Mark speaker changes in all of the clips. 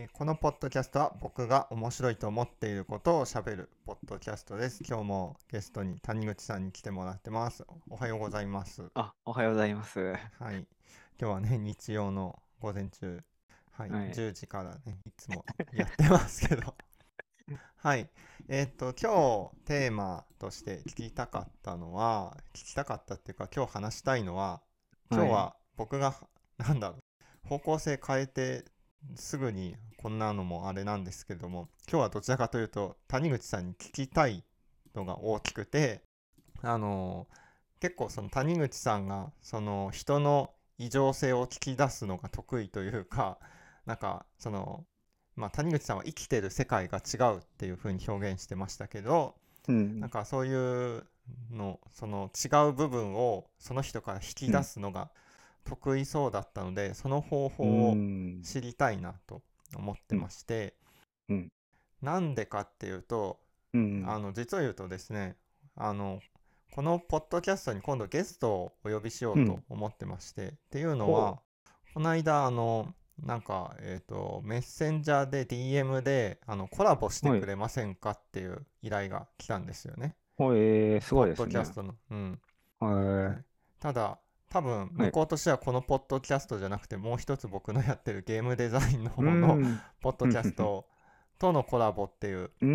Speaker 1: このポッドキャストは僕が面白いと思っていることをしゃべるポッドキャストです。今日もゲストに谷口さんに来てもらってます。おはようございます。
Speaker 2: おはようございます。は
Speaker 1: はい。今日はね、日曜の午前中、はい、
Speaker 2: い。
Speaker 1: 10時からね、いつもやってますけど。はい。今日テーマとして聞きたかったっていうか、今日話したいのは、今
Speaker 2: はい。
Speaker 1: 日は僕が、なんだろ方向性変えてすぐにこんなのもあれなんですけれども、今日はどちらかというと谷口さんに聞きたいのが大きくて、あの結構その谷口さんがその人の異常性を聞き出すのが得意というか、なんかその谷口さんは生きてる世界が違うっていう風に表現してましたけど、
Speaker 2: うん。
Speaker 1: なんかそういうのその違う部分をその人から引き
Speaker 2: うん。
Speaker 1: 出すのが得意そうだったので、その方
Speaker 2: う
Speaker 1: 法を
Speaker 2: ん。
Speaker 1: 知りたいなと思って
Speaker 2: うん。
Speaker 1: まして、
Speaker 2: うん。
Speaker 1: なんでかっていうと、
Speaker 2: うん。
Speaker 1: 実を言うとですね、あのこのポッドキャストに今度ゲストをお呼びしようと
Speaker 2: うん。
Speaker 1: 思ってまして、っていうの
Speaker 2: ほ
Speaker 1: はこの間なんかメッセンジャーで DM でコラボして
Speaker 2: はい。
Speaker 1: くれませんかっていう依頼が来たんですよね。
Speaker 2: ほい。す
Speaker 1: ポッ
Speaker 2: ごいですね。
Speaker 1: ドキャストの。うん。は
Speaker 2: は
Speaker 1: い。ただ、多分
Speaker 2: い。はい。
Speaker 1: 向こうとしてはこのポッドキャストじゃなくて、もう一つ僕のやってるゲームデザインの
Speaker 2: う
Speaker 1: 方の
Speaker 2: ん。
Speaker 1: ポッド
Speaker 2: うん。
Speaker 1: キャストとのコラボっていう
Speaker 2: うん。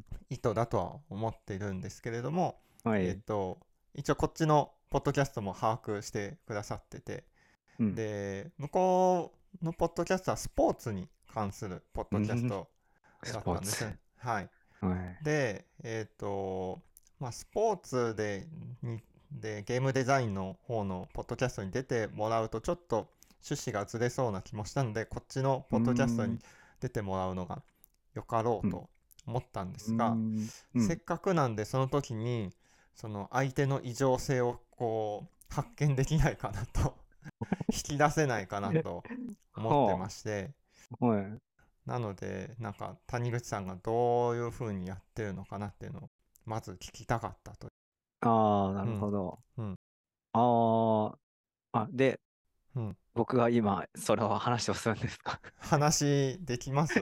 Speaker 1: 意図だとは思っているんですけれども、
Speaker 2: はい。
Speaker 1: 一応こっちのポッドキャストも把握してくださってて、
Speaker 2: うん。
Speaker 1: で、向こうのポッドキャストはスポーツに関するポッドキャス
Speaker 2: うん。
Speaker 1: ト
Speaker 2: ス
Speaker 1: だっ
Speaker 2: ポーツ。
Speaker 1: たんですね。はい。
Speaker 2: はい。
Speaker 1: で、スポーツでゲームデザインの方のポッドキャストに出てもらうとちょっと趣旨がずれそうな気もしたので、こっちの
Speaker 2: う
Speaker 1: ポッドキャストに
Speaker 2: ん。
Speaker 1: 出てもらうのがよかろ
Speaker 2: うん。
Speaker 1: うと思ったんで
Speaker 2: う
Speaker 1: すが、
Speaker 2: ん。うん。
Speaker 1: せっかくなんでその時にその相手の異常性をこう発見できないかなと引き出せないかなと思って
Speaker 2: は
Speaker 1: まして、
Speaker 2: あ。はい。
Speaker 1: なのでなんか谷口さんがどういう風にやってるのかなっていうのをまず聞きたかったと。
Speaker 2: ああ、なる
Speaker 1: うん
Speaker 2: ほど。
Speaker 1: うん
Speaker 2: あで、
Speaker 1: うん。
Speaker 2: 僕が今、それを話をするんですか？
Speaker 1: 話できます？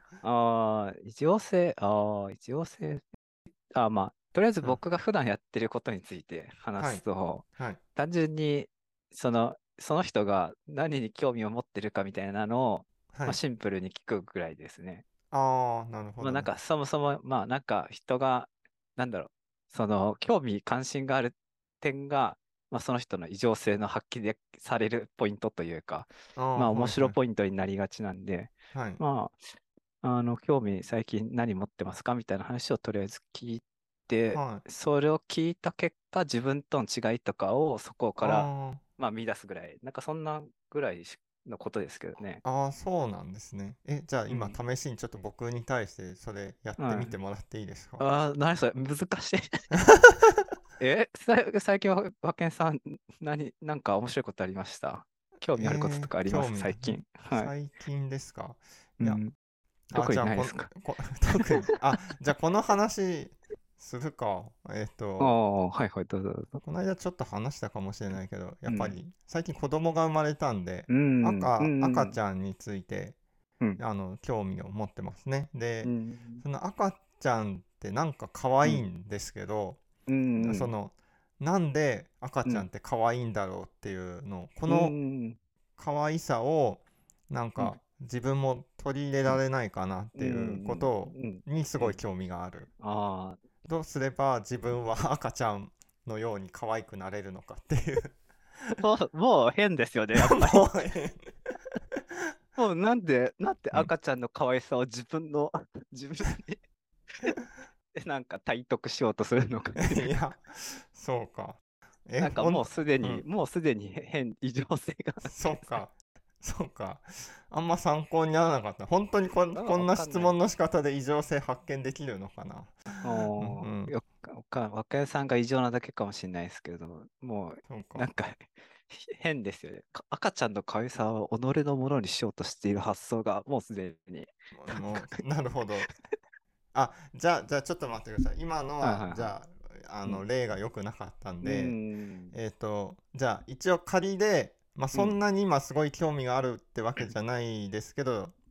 Speaker 2: 一応性。とりあえず
Speaker 1: うん。
Speaker 2: 僕が普段やってることについて話
Speaker 1: はい
Speaker 2: すと、
Speaker 1: はい
Speaker 2: 単純に、その人が何に興味を持ってるかみたいなのを、
Speaker 1: はい。
Speaker 2: シンプルに聞くぐらいですね。
Speaker 1: ああ、なるほどね。
Speaker 2: なんか、そもそも、なんか人が、なんだろう、興味関心がある点が、その人の異常性の発揮でされるポイントというか、
Speaker 1: ああ、
Speaker 2: 面
Speaker 1: はいはい
Speaker 2: 白ポイントになりがちなんで、
Speaker 1: はい。
Speaker 2: ま興味最近何持ってますかみたいな話をとりあえず聞いて、
Speaker 1: はい。
Speaker 2: それを聞いた結果、自分との違いとかをそこから、
Speaker 1: あ
Speaker 2: 見出すぐらい、なんかそんなぐらいのことですけどね。
Speaker 1: あ、ああ、そうなんですね。じゃあ今
Speaker 2: うん。
Speaker 1: 試しにちょっと僕に対してそれやって
Speaker 2: はい。
Speaker 1: みてもらっていいですか？
Speaker 2: 何それ、難しい。最近は、和健さん、なんか面白いことありました？興味あることとかあります
Speaker 1: 興味、
Speaker 2: 最近？はい。
Speaker 1: 最近ですか？いや、
Speaker 2: うん。
Speaker 1: あ、
Speaker 2: 特に
Speaker 1: じゃあ
Speaker 2: ないですか？
Speaker 1: 特に、じゃあこの話するか。
Speaker 2: はいはい、どうぞどうぞ。
Speaker 1: この間ちょっと話したかもしれないけど、や
Speaker 2: うん。
Speaker 1: っぱり最近子供が生まれたんで、
Speaker 2: うん。うん。
Speaker 1: 赤ちゃんについて、
Speaker 2: うん。
Speaker 1: 興味を持ってますね。
Speaker 2: う
Speaker 1: で、
Speaker 2: ん。
Speaker 1: その赤ちゃんってなんか可愛い
Speaker 2: うん。
Speaker 1: んですけど、
Speaker 2: うん。
Speaker 1: その、なんで赤
Speaker 2: うん。
Speaker 1: ちゃんって可愛いんだろうっていうの、こ
Speaker 2: う
Speaker 1: の
Speaker 2: ん。
Speaker 1: 可愛さをなん
Speaker 2: うん。
Speaker 1: か自分も取り入れ
Speaker 2: うん。
Speaker 1: られないかなっ
Speaker 2: うん。
Speaker 1: ていうこと
Speaker 2: うん。
Speaker 1: にす
Speaker 2: うん。
Speaker 1: ごい興味がある。
Speaker 2: ああ。
Speaker 1: どうすれば自分は赤ちゃんのように可愛くなれるのかっていう。
Speaker 2: もう変ですよね、やっぱり。
Speaker 1: もう
Speaker 2: もうなんで
Speaker 1: うん。
Speaker 2: 赤ちゃんの可愛さを自分になんか体得しようとするのかっていう。
Speaker 1: いや、そうか。
Speaker 2: なんか
Speaker 1: ほん、
Speaker 2: もうすでに異常性があって、
Speaker 1: そうか。そうか。あんま参考にならなかった。本当にこん
Speaker 2: わ
Speaker 1: な
Speaker 2: かんない。
Speaker 1: 質問の仕方で異常性発見できるのかな。うんうん。
Speaker 2: 若江さんが異常なだけかもしれないですけれども、もう、
Speaker 1: そうか。
Speaker 2: なんか変ですよね。赤ちゃんの可愛さを己のものにしようとしている発想が、もうすでに、なんか、
Speaker 1: なるほど。じゃあちょっと待ってください。今のは、
Speaker 2: はいはいは
Speaker 1: じゃあ、
Speaker 2: い。うん。
Speaker 1: 例が良くなかったん
Speaker 2: うー
Speaker 1: で、
Speaker 2: ん。
Speaker 1: じゃあ一応仮で、そん
Speaker 2: うん。
Speaker 1: なに今すごい興味があるってわけじゃないですけど、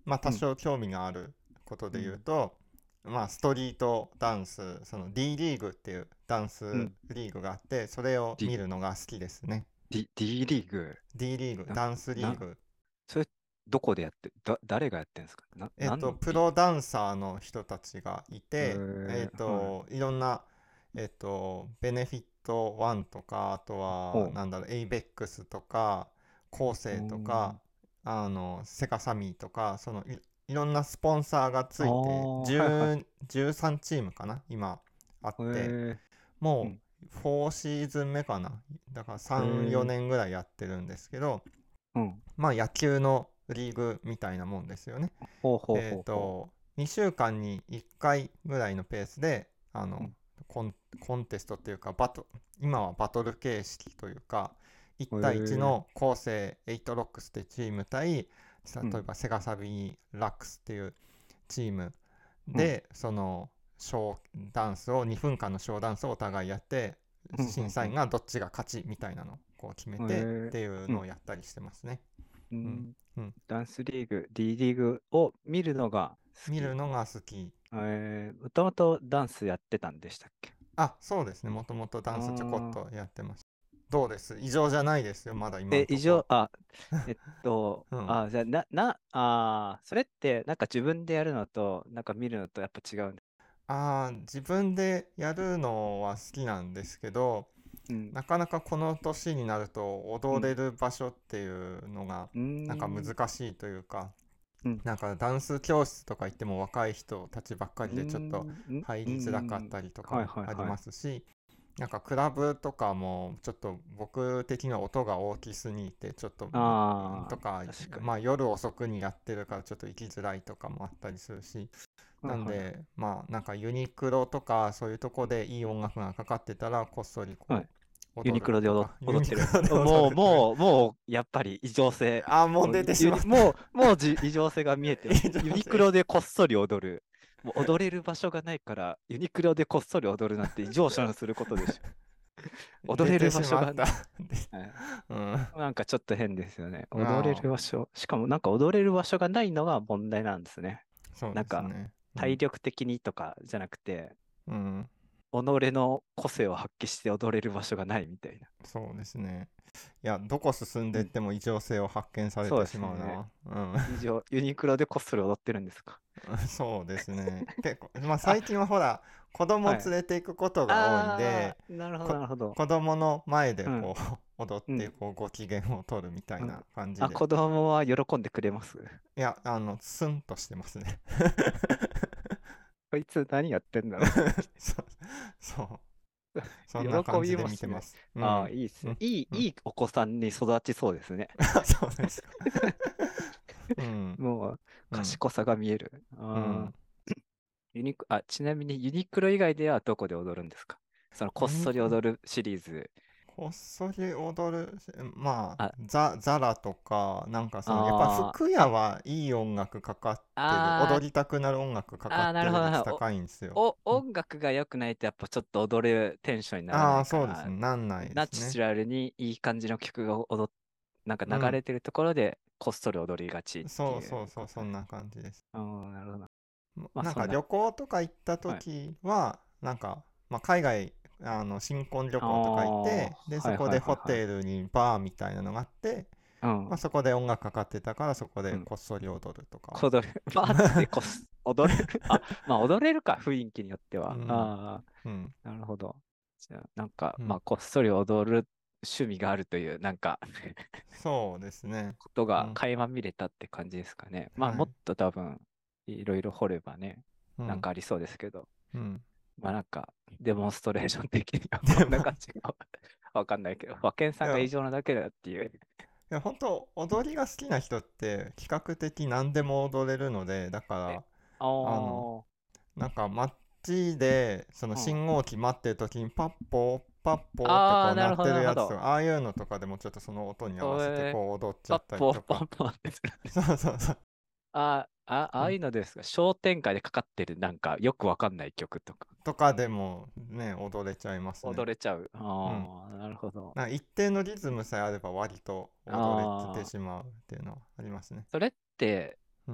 Speaker 1: まあ多少興味があることで言うと、まあストリートダンス、その D リーグっていうダンスリーグがあって、それを
Speaker 2: D、
Speaker 1: 見るのが好きですね。
Speaker 2: D リーグ。
Speaker 1: D リーグ、
Speaker 2: な、
Speaker 1: ダンスリー
Speaker 2: な、
Speaker 1: グ。
Speaker 2: それ、どこでやって、誰がやってるんですか？何の
Speaker 1: プ
Speaker 2: D？
Speaker 1: ロダンサーの人たちがいて、
Speaker 2: はい。
Speaker 1: いろんな、ベネフィット1とか、あとは、
Speaker 2: ほ
Speaker 1: なんだろう、エイベックスとか、コー
Speaker 2: う。
Speaker 1: セイとか、セガサミーとか、いろんなスポンサーがついて、
Speaker 2: はいはい。
Speaker 1: 13チームかな、今あって、
Speaker 2: へえ。う
Speaker 1: も
Speaker 2: ん。
Speaker 1: う4シーズン目かな。だから
Speaker 2: へ
Speaker 1: 3、
Speaker 2: え。
Speaker 1: 4年ぐらいやってるんですけど、
Speaker 2: うん。
Speaker 1: まあ野球のリーグみたいなもんですよね。
Speaker 2: ほうほうほうほ
Speaker 1: 2週間に1回ぐらいのペースで、
Speaker 2: う。うん。
Speaker 1: コンテストっていうか、今はバトル形式というか、1
Speaker 2: へ
Speaker 1: 対1
Speaker 2: え。
Speaker 1: の構成8ロックスってチーム対、例
Speaker 2: うん。
Speaker 1: えばセガサビラックスっていうチーム
Speaker 2: うん。
Speaker 1: で、そのショーダンスを、2分間のショーダンスをお互いやって、
Speaker 2: うん。
Speaker 1: 審査員がどっちが勝ちみたいなのをこう決め
Speaker 2: うん。
Speaker 1: て
Speaker 2: へえ。
Speaker 1: っていう
Speaker 2: うん。
Speaker 1: のをやったりしてますね。うん。
Speaker 2: うん。
Speaker 1: うん。
Speaker 2: ダンスリーグ、D リーグを見るのが好き。
Speaker 1: 見るのが好き。
Speaker 2: もともとダンスやってたんでしたっけ？
Speaker 1: あ、そうですね。もともとダ
Speaker 2: あ
Speaker 1: ンスちょこっ
Speaker 2: ー。
Speaker 1: とやってます。どうです？異常じゃないですよ。まだ今んとこ。
Speaker 2: 異常、
Speaker 1: うん。
Speaker 2: じゃあ、それって、なんか自分でやるのと、なんか見るのとやっぱ違うんです。
Speaker 1: 自分でやるのは好きなんですけど、
Speaker 2: うん。
Speaker 1: なかなかこの年になると踊れ
Speaker 2: うん。
Speaker 1: る場所っていうのが
Speaker 2: うー
Speaker 1: なんか
Speaker 2: ん。
Speaker 1: 難しいというか、
Speaker 2: うん。
Speaker 1: なんかダンス教室とか行っても若い人たちばっか
Speaker 2: うー
Speaker 1: りでちょっと
Speaker 2: ん。う
Speaker 1: 入りづらかっ
Speaker 2: ん。
Speaker 1: たりとか
Speaker 2: はい
Speaker 1: もあり
Speaker 2: はいはい。
Speaker 1: ますし、なんかクラブとかもちょっと僕的には音が大きすぎてちょっとと
Speaker 2: あ
Speaker 1: か、
Speaker 2: あ、確かに。
Speaker 1: まあ夜遅くにやってるからちょっと行きづらいとかもあったりするし、
Speaker 2: はいはい。
Speaker 1: なんでまあなんかユニクロとかそういうとこでいい音楽がかかってたらこっそり
Speaker 2: はい。
Speaker 1: こう
Speaker 2: ユニクロで
Speaker 1: 踊るとか、ユ
Speaker 2: 踊ってる。
Speaker 1: ニクロで踊るとか。
Speaker 2: やっぱり異常性。
Speaker 1: もう出てしまった。
Speaker 2: 異常性が見えてます。
Speaker 1: いい女
Speaker 2: ユニク
Speaker 1: 性。
Speaker 2: ロでこっそり踊る。もう踊れる場所がないから、ユニクロでこっそり踊るなんて異常者のすることでしょ。踊れ
Speaker 1: 出て
Speaker 2: る場所が、
Speaker 1: しまった。
Speaker 2: はい、
Speaker 1: うん。
Speaker 2: なんかちょっと変ですよね。踊れ
Speaker 1: ああ、
Speaker 2: る場所。しかもなんか踊れる場所がないのが問題なんですね。
Speaker 1: そう
Speaker 2: なんか
Speaker 1: ですね。うん。
Speaker 2: 体力的にとかじゃなくて、
Speaker 1: うん。
Speaker 2: 己の個性を発揮して踊れる場所がないみたいな。
Speaker 1: そうですね。いや、どこ進ん
Speaker 2: うん。
Speaker 1: でいっても異常性を発見され
Speaker 2: そう
Speaker 1: て
Speaker 2: ですね。
Speaker 1: しまうな。うん。
Speaker 2: ユニクロでこっそり踊ってるんですか？
Speaker 1: そうですね。結構、まあ
Speaker 2: あ、
Speaker 1: 最近はほら、子供
Speaker 2: はい。
Speaker 1: 連れていくことが多いんで、
Speaker 2: あー、なるほど、なるほど。
Speaker 1: 子供の前で
Speaker 2: うん、
Speaker 1: こう踊って
Speaker 2: うん、
Speaker 1: こうご機嫌を取るみたい
Speaker 2: うん。
Speaker 1: な感じ
Speaker 2: あ、
Speaker 1: で。
Speaker 2: 子供は喜んでくれます？
Speaker 1: いや、スンとしてますね。
Speaker 2: こいつ何やってんだろうって。
Speaker 1: そう、そう、そんな
Speaker 2: 喜
Speaker 1: 感じで
Speaker 2: びますね。
Speaker 1: 見てます。う
Speaker 2: ああ、
Speaker 1: ん。
Speaker 2: いいですね。
Speaker 1: うん。うん。
Speaker 2: いいお子さんに育ちそうですね。
Speaker 1: そうですか。うん。
Speaker 2: もう、
Speaker 1: うん。
Speaker 2: 賢さが見える。ああ、
Speaker 1: うん。
Speaker 2: ちなみにユニクロ以外ではどこで踊るんですか？そのこっそり
Speaker 1: ユニク
Speaker 2: 踊るシリーズ。
Speaker 1: こっそり踊る、まあ、
Speaker 2: あ、
Speaker 1: ザラとか、なんかやっぱ
Speaker 2: あ
Speaker 1: 服屋はいい音楽かかってる、
Speaker 2: あー、
Speaker 1: 踊りたくなる音楽かか
Speaker 2: あー、
Speaker 1: って
Speaker 2: なるほど、
Speaker 1: る率高いんですよ。うん。
Speaker 2: 音楽が良くないとやっぱちょっと踊れるテンションにならな
Speaker 1: ああ、
Speaker 2: いから、
Speaker 1: そうですね。なんないで
Speaker 2: ナ
Speaker 1: すね。
Speaker 2: チュラルにいい感じの曲がなんか
Speaker 1: うん。
Speaker 2: 流れてるところでこっそり踊りがちって
Speaker 1: そう
Speaker 2: いう
Speaker 1: そうそう、
Speaker 2: ことね。
Speaker 1: そんな感じです。
Speaker 2: ああ、なるほど。まあ
Speaker 1: なんか
Speaker 2: そんな、
Speaker 1: 旅行とか行った
Speaker 2: はい。
Speaker 1: 時は、なんか、まあ、海外、新婚旅
Speaker 2: あ
Speaker 1: 行とか行っ
Speaker 2: あ、
Speaker 1: て、で、そ
Speaker 2: はいはい
Speaker 1: こでホ
Speaker 2: はいはい。
Speaker 1: テルにバーみたいなのがあって、
Speaker 2: うん、
Speaker 1: まあ、そこで音楽かかってたから、そこ
Speaker 2: うん。
Speaker 1: でこっそり踊るとかは。
Speaker 2: バーって踊れるまあ踊れるか、雰囲気によっては。
Speaker 1: うん。
Speaker 2: あ
Speaker 1: うん。
Speaker 2: あ、なるほど。じゃあ、なんか、
Speaker 1: うん。
Speaker 2: まあこっそり踊る趣味があるという、なんか
Speaker 1: そうですね。
Speaker 2: ことが
Speaker 1: うん。
Speaker 2: 垣間見れたって感じですかね。まあ、
Speaker 1: はい。
Speaker 2: もっと多分、いろいろ掘ればね、
Speaker 1: うん。
Speaker 2: なんかありそうですけど、
Speaker 1: うん。
Speaker 2: まあなんか、デモンストレーション的にはこんな
Speaker 1: でも、
Speaker 2: 感じかわかんないけど、和健さんが異
Speaker 1: いや、
Speaker 2: 常なだけだっていう。
Speaker 1: 本当踊りが好きな人って比較的何でも踊れるので、だか
Speaker 2: え、
Speaker 1: ら、
Speaker 2: あ
Speaker 1: あの、
Speaker 2: ー、
Speaker 1: なんか街でその
Speaker 2: うん。
Speaker 1: 信号機待ってる時にパッポーパッポーって
Speaker 2: あー、
Speaker 1: こう鳴っ
Speaker 2: なるほど、
Speaker 1: てるやつと
Speaker 2: なるほど。
Speaker 1: か、ああいうのとかでもちょっとその音に合わせて
Speaker 2: えー、
Speaker 1: こう踊っちゃ
Speaker 2: パッ
Speaker 1: ったり
Speaker 2: ポーパ
Speaker 1: とか。
Speaker 2: ッポーってする。
Speaker 1: そうそうそう。
Speaker 2: ああいう
Speaker 1: うん。
Speaker 2: のですか？商店街でかかってるなんかよくわかんない曲とか、
Speaker 1: とかでもね、踊れちゃいますね。
Speaker 2: 踊れちゃう。
Speaker 1: うん。
Speaker 2: ああ、なるほど。
Speaker 1: なんか一定のリズムさえあれば割と踊れて
Speaker 2: ああ、
Speaker 1: しまうっていうのはありますね。
Speaker 2: それって、
Speaker 1: うん。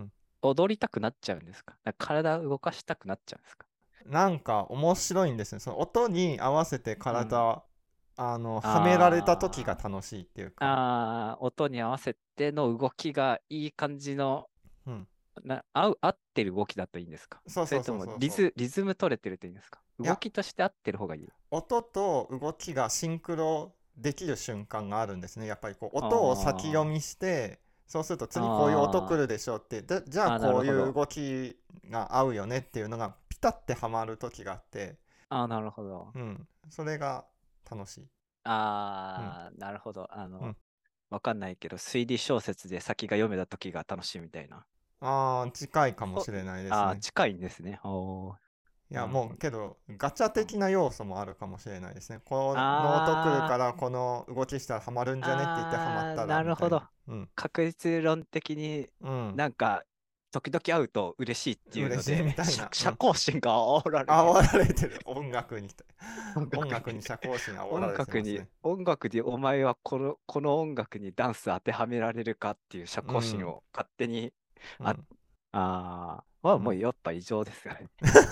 Speaker 2: 踊りたくなっちゃうんですか？なんか体動かしたくなっちゃうんですか？
Speaker 1: なんか面白いんですね。その音に合わせて
Speaker 2: うん。
Speaker 1: 体、はめられた時が
Speaker 2: あ
Speaker 1: 楽しいっていう
Speaker 2: あ、
Speaker 1: か。
Speaker 2: 音に合わせての動きがいい感じの、
Speaker 1: うん。
Speaker 2: 合ってる動きだといいんですか？
Speaker 1: そうそうそう
Speaker 2: それとも
Speaker 1: そうそう。
Speaker 2: リズム取れてるといいんですか？
Speaker 1: いや、
Speaker 2: 動きとして合ってる方がいい。
Speaker 1: 音と動きがシンクロできる瞬間があるんですね。やっぱりこう音を先読
Speaker 2: あ
Speaker 1: みして、そうすると次こういう音来
Speaker 2: あ、
Speaker 1: るでしょって、じゃあ
Speaker 2: な
Speaker 1: こういう
Speaker 2: るほど。
Speaker 1: 動きが合うよねっていうのがピタってはまる時があって、
Speaker 2: なるほど。
Speaker 1: うん、それが楽しい。うん、
Speaker 2: なるほど。
Speaker 1: うん。
Speaker 2: わかんないけど、推理小説で先が読めた時が楽しいみたいな。
Speaker 1: ああ、近いかもしれないですね。
Speaker 2: 近いんですね。
Speaker 1: いや、
Speaker 2: なるほど。
Speaker 1: もうけどガチャ
Speaker 2: うん、
Speaker 1: 的な要素もあるかもしれないですね。この音来るからこの動きしたらハマるんじゃねって言ってハマったらみたいな。
Speaker 2: なるほど。
Speaker 1: うん。
Speaker 2: 確率論的に
Speaker 1: うん。
Speaker 2: なんか、時々会うと嬉しいっていうの
Speaker 1: 嬉しいみ
Speaker 2: で、
Speaker 1: たいな。う
Speaker 2: 社
Speaker 1: ん。
Speaker 2: 交心が煽られて、
Speaker 1: 煽られてる。音楽に。
Speaker 2: 音
Speaker 1: 音
Speaker 2: 楽に、
Speaker 1: 楽に社交心煽られてますね。
Speaker 2: 音楽にお前はこの音楽にダンス当てはめられるかっていう社交心
Speaker 1: うん。
Speaker 2: を勝手に、あ、
Speaker 1: うん。
Speaker 2: もう
Speaker 1: うん。
Speaker 2: やっぱ異常ですよね。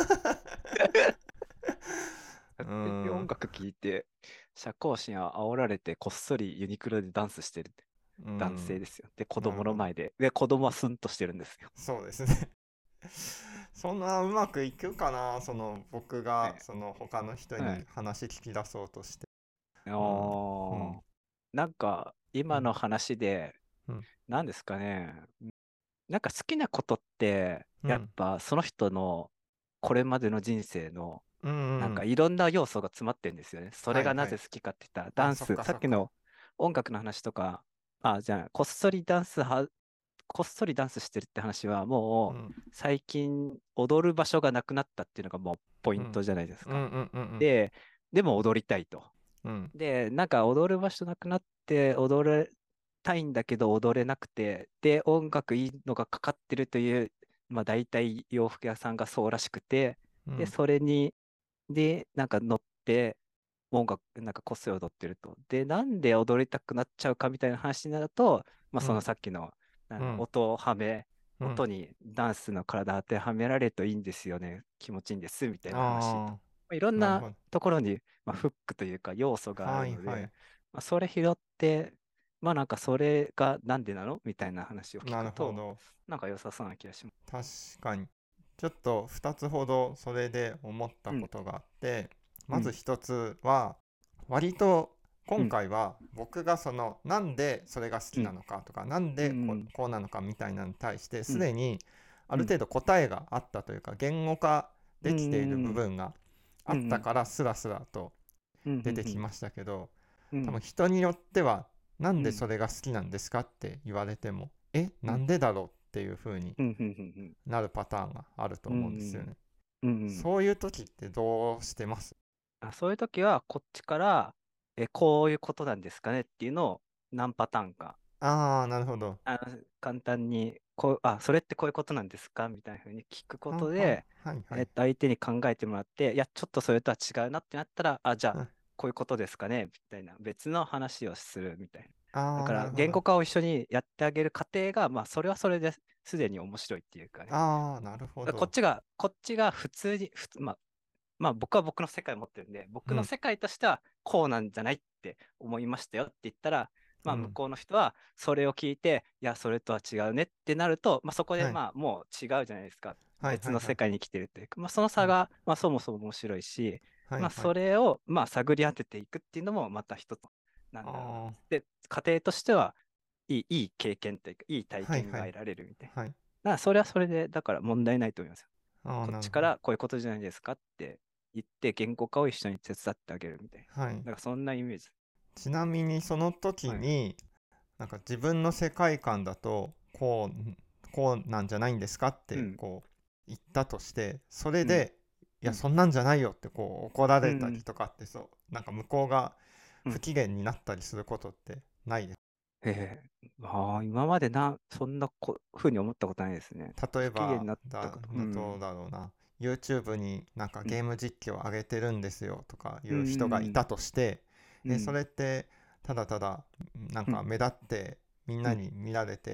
Speaker 2: 勝
Speaker 1: う
Speaker 2: 手に音
Speaker 1: ん。
Speaker 2: 楽聴いて、社交心を煽られて、こっそりユニクロでダンスしてる
Speaker 1: う
Speaker 2: 男性
Speaker 1: ん。
Speaker 2: ですよ。で、子供の
Speaker 1: なるほど。
Speaker 2: 前で。で、子供はスンとしてるんですよ。
Speaker 1: そうですね。そんなうまくいくかな、僕が
Speaker 2: はい
Speaker 1: 他の人
Speaker 2: はい。
Speaker 1: に話聞き出そうとして。うん。うん。
Speaker 2: おー、なんか、
Speaker 1: うん。
Speaker 2: 今の話で、
Speaker 1: うん。
Speaker 2: 何ですかね。なんか好きなことって、やっ
Speaker 1: うん。
Speaker 2: ぱその人のこれまでの人生の、
Speaker 1: うん。
Speaker 2: なんか
Speaker 1: うん。
Speaker 2: いろんな要素が詰まってるんですよね。それがな
Speaker 1: はいはい。
Speaker 2: ぜ好きかって言ったら、ダ
Speaker 1: あ、そっ
Speaker 2: ンス、
Speaker 1: かそっか。
Speaker 2: さっきの音楽の話とか、じゃあ、こっそりダンスしてるって話は、もう
Speaker 1: うん。
Speaker 2: 最近踊る場所がなくなったっていうのがもうポイ
Speaker 1: うん。
Speaker 2: ントじゃないです
Speaker 1: うん。う
Speaker 2: か。
Speaker 1: ん。うん。
Speaker 2: で、でも踊りたいと。
Speaker 1: うん。
Speaker 2: で、なんか踊る場所なくなって踊れたいんだけど踊れなくて、で、音楽いいのがかかってるという、まあ大体洋服屋さんがそうらしくて、で、
Speaker 1: うん。
Speaker 2: それに、で、なんか乗って、音楽、なんかこっそり踊ってると。で、なんで踊りたくなっちゃうかみたいな話になると、まあその
Speaker 1: うん。
Speaker 2: さっきの、
Speaker 1: うん。
Speaker 2: 音をはめ、
Speaker 1: うん。
Speaker 2: 音にダンスの体当てはめられるといいんですよね。気持ちいいんです、みたいな話と。
Speaker 1: あ
Speaker 2: いろん
Speaker 1: あ、なる
Speaker 2: な
Speaker 1: ほど。
Speaker 2: ところに、まあ、フックというか要素があ
Speaker 1: はいはい。
Speaker 2: るので、まあ、それ拾って、まあなんかそれがなんでなのみたいな話を聞
Speaker 1: なる
Speaker 2: くと、
Speaker 1: ほど。
Speaker 2: なんか良さそうな気がします。
Speaker 1: 確かに。ちょっと2つほどそれで思った
Speaker 2: うん、
Speaker 1: ことがあって、まず
Speaker 2: うん、
Speaker 1: 1つは、割と
Speaker 2: うん、
Speaker 1: 今回は僕がなんでそれが好きな
Speaker 2: うん、
Speaker 1: のかとか、なん
Speaker 2: う
Speaker 1: で
Speaker 2: ん、
Speaker 1: こうなのかみたいなのに対して
Speaker 2: うん、
Speaker 1: すでにあ
Speaker 2: うん、
Speaker 1: る程度答えがあったというか、言語化
Speaker 2: うん、
Speaker 1: できている部
Speaker 2: うん、
Speaker 1: 分があ
Speaker 2: うん、
Speaker 1: ったからスラスラと
Speaker 2: うん、うん、
Speaker 1: 出てきましたけど、
Speaker 2: うん、
Speaker 1: 多分人によってはなん
Speaker 2: うん、
Speaker 1: でそれが好きなんですかって言われても、な
Speaker 2: うん、
Speaker 1: んでだろうっていう風に
Speaker 2: うん、うん、
Speaker 1: なるパターンがあると
Speaker 2: う
Speaker 1: 思うんですよ
Speaker 2: ん、
Speaker 1: ね。
Speaker 2: うん。
Speaker 1: そういう時ってどうしてます？
Speaker 2: そういう時はこっちから、こういうことなんですかねっていうのを何パターンか
Speaker 1: ああー、なるほど。
Speaker 2: 簡単にそれってこういうことなんですかみたいなふうに聞くこ
Speaker 1: はんはん、
Speaker 2: とで、
Speaker 1: はいはい。
Speaker 2: 相手に考えてもらって、いや、ちょっとそれとは違うなってなったら、じゃあ、
Speaker 1: うん、
Speaker 2: こういうことですかねみたいな、別の話をするみたいな。だ
Speaker 1: ああ、
Speaker 2: から、
Speaker 1: なるほど。
Speaker 2: 言語化を一緒にやってあげる過程が、まあ、それはそれですでに面白いっていうかね。
Speaker 1: ああ、なるほど。
Speaker 2: こっちが普通に、まあ僕は僕の世界を持ってるんで、僕
Speaker 1: うん、
Speaker 2: の世界としてはこうなんじゃないって思いましたよって言ったら、まあ向
Speaker 1: うん。
Speaker 2: こうの人はそれを聞いて、いや、それとは違うねってなると、まあそこで
Speaker 1: はい。
Speaker 2: まあもう違うじゃないですか。
Speaker 1: はいはいはい。
Speaker 2: 別の世界に来てるっていうか、まあその
Speaker 1: うん、
Speaker 2: 差が、まあそもそも面白いし、まあ
Speaker 1: はいはい。
Speaker 2: それをまあ探り当てていくっていうのもまた一つ、なんだろうな。
Speaker 1: ああ、
Speaker 2: で、家庭としていい経験というか、いい体
Speaker 1: はいはい。
Speaker 2: 験が得られるみたいな。だか
Speaker 1: はい。
Speaker 2: らそれはそれで、だから問題ないと思いますよ。
Speaker 1: ああ、
Speaker 2: こっ
Speaker 1: なるほど。
Speaker 2: ちからこういうことじゃないですかって言って言語化を一緒に手伝ってあげるみたいな。
Speaker 1: はい。
Speaker 2: なんかそんなイメージ。
Speaker 1: ちなみにその時
Speaker 2: はい。
Speaker 1: に、なんか自分の世界観だとこうなんじゃないんですかって
Speaker 2: うん。
Speaker 1: こう言ったとして、それ
Speaker 2: うん。
Speaker 1: でい
Speaker 2: うん。
Speaker 1: やそんなんじゃないよってこう怒られたり
Speaker 2: うん。
Speaker 1: とかって、なんか向こうが
Speaker 2: うん。
Speaker 1: 不機嫌になったりすることってないです？
Speaker 2: 今までそんなふうに思ったことないですね。不機嫌に
Speaker 1: 例えば
Speaker 2: なったこと。う
Speaker 1: どう
Speaker 2: ん。
Speaker 1: だろうな、 YouTube になんか
Speaker 2: うん。
Speaker 1: ゲーム実況上げてるんですよとかい
Speaker 2: う
Speaker 1: う人がいた
Speaker 2: ん。
Speaker 1: として、そ
Speaker 2: うん。
Speaker 1: れってただただなん
Speaker 2: うん。
Speaker 1: か目立ってみん
Speaker 2: うん。
Speaker 1: なに見られて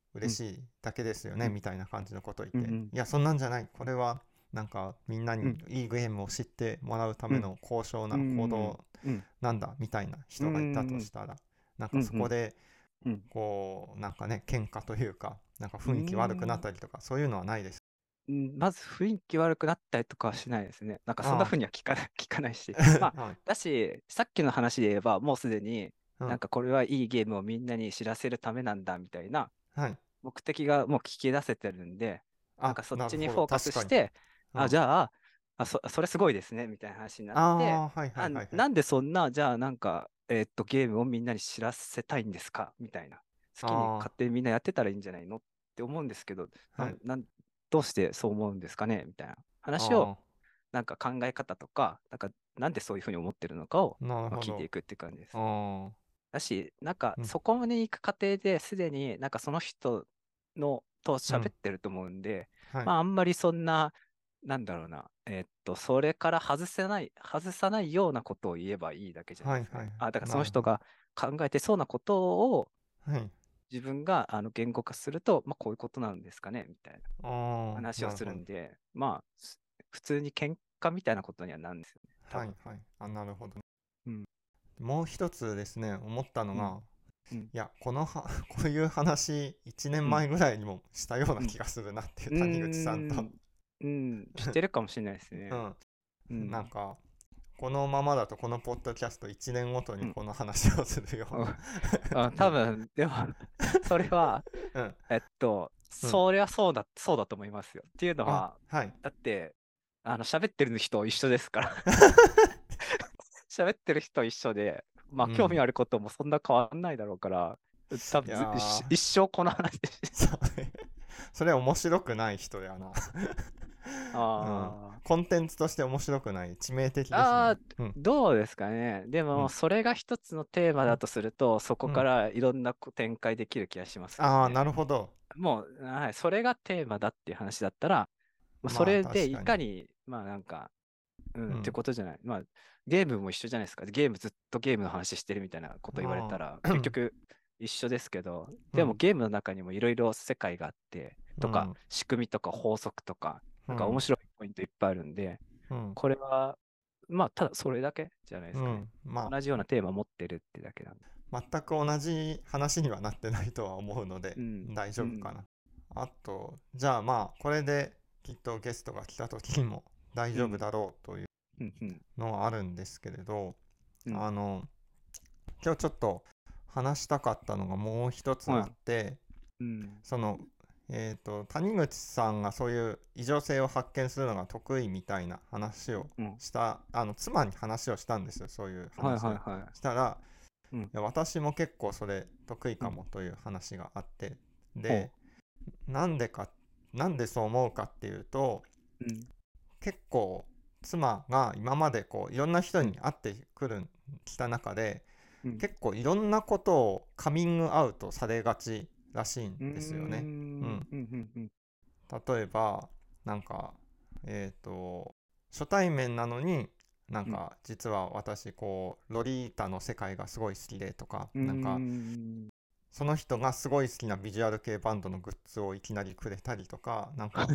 Speaker 1: 嬉しいだけですよね、
Speaker 2: うん
Speaker 1: みたいな感じのことを言って、
Speaker 2: うんうん
Speaker 1: いやそんなんじゃない、これはなんかみんなに
Speaker 2: うん
Speaker 1: いいゲームを知ってもらうた
Speaker 2: うん
Speaker 1: めの高尚
Speaker 2: う
Speaker 1: な行動
Speaker 2: んうん
Speaker 1: なんだみたいな
Speaker 2: う
Speaker 1: 人がいたと
Speaker 2: ん
Speaker 1: したら、なんか
Speaker 2: うんうん
Speaker 1: そこで
Speaker 2: うん
Speaker 1: こうなんかね喧嘩というか、なんか
Speaker 2: う
Speaker 1: 雰囲気悪くなっ
Speaker 2: ん
Speaker 1: たりとかそういうのはないです。
Speaker 2: まず雰囲気悪くなったりとかはしないですね。なんかそんな
Speaker 1: あ
Speaker 2: 風には聞かないし。ま
Speaker 1: あ。
Speaker 2: あ、
Speaker 1: はい。
Speaker 2: だし、さっきの話で言えば、もうすでに
Speaker 1: うん。
Speaker 2: なんかこれはいいゲームをみんなに知らせるためなんだみたいな
Speaker 1: はい。
Speaker 2: 目的がもう聞き出せてるんで、なん
Speaker 1: あ、
Speaker 2: かそっ
Speaker 1: なるほど。
Speaker 2: ちにフォーカス
Speaker 1: 確かに。
Speaker 2: して、あ、
Speaker 1: うん。
Speaker 2: じゃあ、それすごいですねみたいな話になって、
Speaker 1: ああ、はいはいはいはい。
Speaker 2: なんでそんな、じゃあなんか、ゲームをみんなに知らせたいんですかみたいな。好きに
Speaker 1: あ
Speaker 2: 勝手にみんなやってたらいいんじゃないのって思うんですけど、
Speaker 1: あ、はい。
Speaker 2: どうしてそう思うんですかねみたいな話を、
Speaker 1: あ
Speaker 2: なんか考え方とか、なんでそういうふうに思ってるのかを、
Speaker 1: あ、なるほど。
Speaker 2: 聞いていくっていう感じです。
Speaker 1: ああ、
Speaker 2: だし、なんか
Speaker 1: うん、
Speaker 2: そこに行く過程ですでになんかその人と
Speaker 1: うん、
Speaker 2: 喋ってると思うんで、
Speaker 1: はい。
Speaker 2: まああんまりそんな、なんだろうな、それから外さないようなことを言えばいいだけじゃないですかね。
Speaker 1: はいはい。
Speaker 2: あ、だからそ
Speaker 1: なるほど。
Speaker 2: の人が考えてそうなことを
Speaker 1: はい。
Speaker 2: 自分が言語化すると、まあこういうことなんですかね、みたいな
Speaker 1: ああ、
Speaker 2: 話をす
Speaker 1: なるほど。
Speaker 2: るんで、まあ普通に喧嘩みたいなことにはなるんですよね、多分。
Speaker 1: はいはい。あ、なるほど。
Speaker 2: うん、
Speaker 1: もう一つですね、思ったの
Speaker 2: うん、
Speaker 1: が、
Speaker 2: うん、
Speaker 1: いや、こういう話、1年
Speaker 2: うん、
Speaker 1: 前ぐらいにもしたような
Speaker 2: うん。
Speaker 1: 気がするなっていう、
Speaker 2: うー
Speaker 1: 谷口さんと。
Speaker 2: ん、うん、してるかもしれないですね。
Speaker 1: うん。
Speaker 2: うん、
Speaker 1: なんか、このままだとこのポッドキャスト1年ごとに
Speaker 2: うん。
Speaker 1: この話をするような
Speaker 2: 多分、でも、それは、
Speaker 1: うん、うん。
Speaker 2: そりゃそうだと思いますよ。っていうの
Speaker 1: あ、
Speaker 2: は、
Speaker 1: はい。
Speaker 2: だって、喋ってる人一緒ですから。喋ってる人一緒で、まあ、興味
Speaker 1: うん。
Speaker 2: あることもそんな変わんないだろうから、多
Speaker 1: い
Speaker 2: 分
Speaker 1: や
Speaker 2: 一生この話で
Speaker 1: ー、それ面白くない人やなうん。
Speaker 2: あ
Speaker 1: コンテンツとして面白くない、致命的ですね。
Speaker 2: ああ、
Speaker 1: うん。
Speaker 2: どうですかね。でも、
Speaker 1: うん。
Speaker 2: それが一つのテーマ
Speaker 1: うん。
Speaker 2: だとすると、そこ
Speaker 1: うん。
Speaker 2: からいろんな展開できる気がしますけど
Speaker 1: ああ、
Speaker 2: ね。
Speaker 1: なるほど。
Speaker 2: もう、はい、それがテーマだっていう話だったら、もうそ
Speaker 1: まあ、
Speaker 2: れでい
Speaker 1: 確かに。
Speaker 2: かに、まあなんか、って
Speaker 1: うん。
Speaker 2: ことじゃない。まあ、ゲームも一緒じゃないですか。ずっとゲームの話してるみたいなこと言われた
Speaker 1: あ
Speaker 2: ら、
Speaker 1: あ、
Speaker 2: 結局一緒ですけど、
Speaker 1: うん。
Speaker 2: でもゲームの中にもいろいろ世界があって、とか、
Speaker 1: うん。
Speaker 2: 仕組みとか法則とか、なんか面
Speaker 1: うん。
Speaker 2: 白いポイントいっぱいあるんで、
Speaker 1: うん。
Speaker 2: これは、まあ、ただそれだけじゃないですかね。
Speaker 1: うん。ま
Speaker 2: 同じようなテーマを持ってるってだけなんで。
Speaker 1: あ、全く同じ話にはなってないとは思うので、
Speaker 2: うん、
Speaker 1: 大
Speaker 2: うん、
Speaker 1: 丈夫かな。あと、じゃあまあ、これできっとゲストが来た時にも大
Speaker 2: うん、
Speaker 1: 丈夫だろうという
Speaker 2: うん、うん、
Speaker 1: のはあるんですけれど、
Speaker 2: うん。
Speaker 1: あの、今日ちょっと話したかったのがもう一つ
Speaker 2: はい。
Speaker 1: あって、
Speaker 2: うん、
Speaker 1: その、谷口さんがそういう異常性を発見するのが得意みたいな話を
Speaker 2: うん。
Speaker 1: した、妻に話をしたんですよ、そういう
Speaker 2: はい、
Speaker 1: 話を。
Speaker 2: はい、はい。
Speaker 1: したら、
Speaker 2: うん、
Speaker 1: いや私も結構それ得意
Speaker 2: うん。
Speaker 1: かもという話があって、
Speaker 2: ほ
Speaker 1: で、なんでか、なんでそう思うかっていうと、
Speaker 2: う。うん、
Speaker 1: 結構妻が今までこういろんな人
Speaker 2: うん、
Speaker 1: に会ってきた中で、
Speaker 2: うん。
Speaker 1: 結構いろんなことをカミングアウトされがちらしいん
Speaker 2: うー
Speaker 1: ですよね。うん。
Speaker 2: ん、うん、うん、うん。
Speaker 1: 例えば、なんか、えっと、初対面なのに、なん
Speaker 2: うん
Speaker 1: か、実は私、こう、ロリータの世界がすごい好きでとか、
Speaker 2: うー
Speaker 1: なんか、
Speaker 2: ん。
Speaker 1: その人がすごい好きなビジュアル系バンドのグッズをいきなりくれたりとか、なんか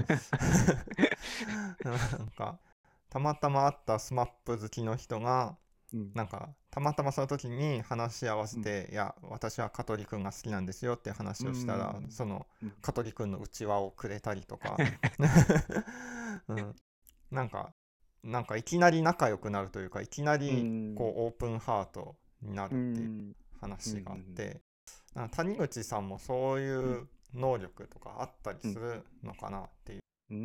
Speaker 1: なんか、たまたま会ったスマップ好きの人が、
Speaker 2: うん、
Speaker 1: なんかたまたまその時に話し合わせ
Speaker 2: うん、
Speaker 1: て、いや私は香取君が好きなんですよっていう話
Speaker 2: う
Speaker 1: をしたら、
Speaker 2: ん、
Speaker 1: その
Speaker 2: うん。
Speaker 1: 香取君のうちわをくれたりとかうん、なんかいきなり仲良くなるというか、いきな
Speaker 2: う
Speaker 1: りこ
Speaker 2: ん、
Speaker 1: うオープンハートになる
Speaker 2: う
Speaker 1: っていう
Speaker 2: ん、う
Speaker 1: 話があっ
Speaker 2: ん、
Speaker 1: て、谷口さんもそう
Speaker 2: うん、
Speaker 1: いう能力とかあったり
Speaker 2: うん。
Speaker 1: するのかなっていう。
Speaker 2: うん。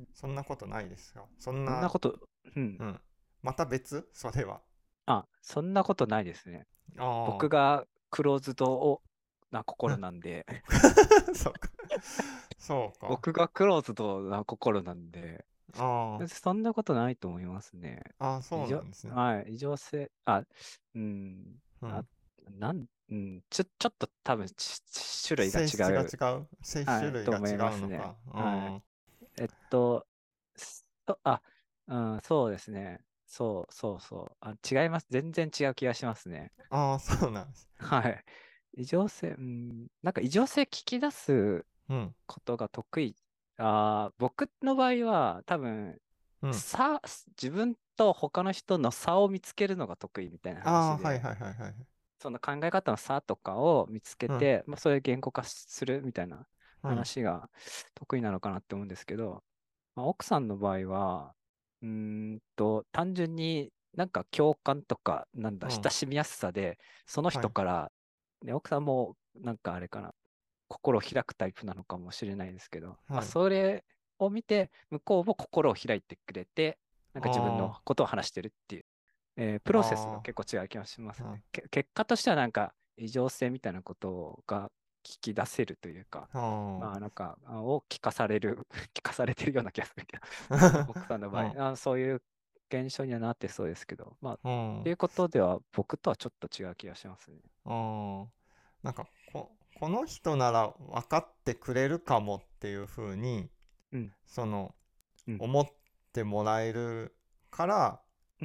Speaker 1: そんなことないですか、そんな。
Speaker 2: そんなこと、うん。
Speaker 1: うん。また別それは。
Speaker 2: そんなことないですね。
Speaker 1: あ
Speaker 2: 僕がクローズドな心なんで、
Speaker 1: あ。そうか。そうか。
Speaker 2: 僕がクローズドな心なんで、
Speaker 1: あ
Speaker 2: そんなことないと思いますね。
Speaker 1: あ。ああ、そうなんですね。
Speaker 2: はい、異常性、うん、あ、
Speaker 1: うん。
Speaker 2: ちょっと多分種類が
Speaker 1: 性質が違
Speaker 2: 違う、
Speaker 1: う。
Speaker 2: はい、
Speaker 1: 種類が違
Speaker 2: と思いますね。
Speaker 1: うのか。う
Speaker 2: はい。
Speaker 1: ん。
Speaker 2: えっと、そあ、うん、そうですね。そう。違います。全然違う気がしますね。
Speaker 1: ああ、そうなんです。
Speaker 2: はい。 異常性、なんか異常性聞き出す
Speaker 1: うん
Speaker 2: ことが得意。僕の場合は多分、
Speaker 1: うん
Speaker 2: 自分と他の人の差を見つけるのが得意みたいな
Speaker 1: ああーはい
Speaker 2: 話で、
Speaker 1: はいはいはい
Speaker 2: その考え方の差とかを見つけ
Speaker 1: うん
Speaker 2: て、それを言語化するみたいな
Speaker 1: うん
Speaker 2: 話が得意なのかなって思うんですけど、奥さんの場合は、単純になんか共感とか、なんだ、
Speaker 1: うん
Speaker 2: 親しみやすさで、その
Speaker 1: はい
Speaker 2: 人から、ね、奥さんもなんかあれかな、心を開くタイプなのかもしれないですけど、
Speaker 1: はい
Speaker 2: それを見て、向こうも心を開いてくれて、なんか自分の
Speaker 1: あ
Speaker 2: ことを話してるっていう、プロセスが
Speaker 1: あ
Speaker 2: 結構違う気がします
Speaker 1: あ
Speaker 2: ね。結果としてはなんか異常性みたいなことが聞き出せるというか、
Speaker 1: あ
Speaker 2: なんか、を聞かされる、聞かされてるような気がするけど、奥さんの場
Speaker 1: うん
Speaker 2: 合、そういう現象にはなってそうですけど、
Speaker 1: うん
Speaker 2: っていうことでは僕とはちょっと違う気がしますね。
Speaker 1: うんなんかこの人なら分かってくれるかもっていうふうに
Speaker 2: うん、
Speaker 1: その
Speaker 2: うん、
Speaker 1: 思ってもらえるから
Speaker 2: うん、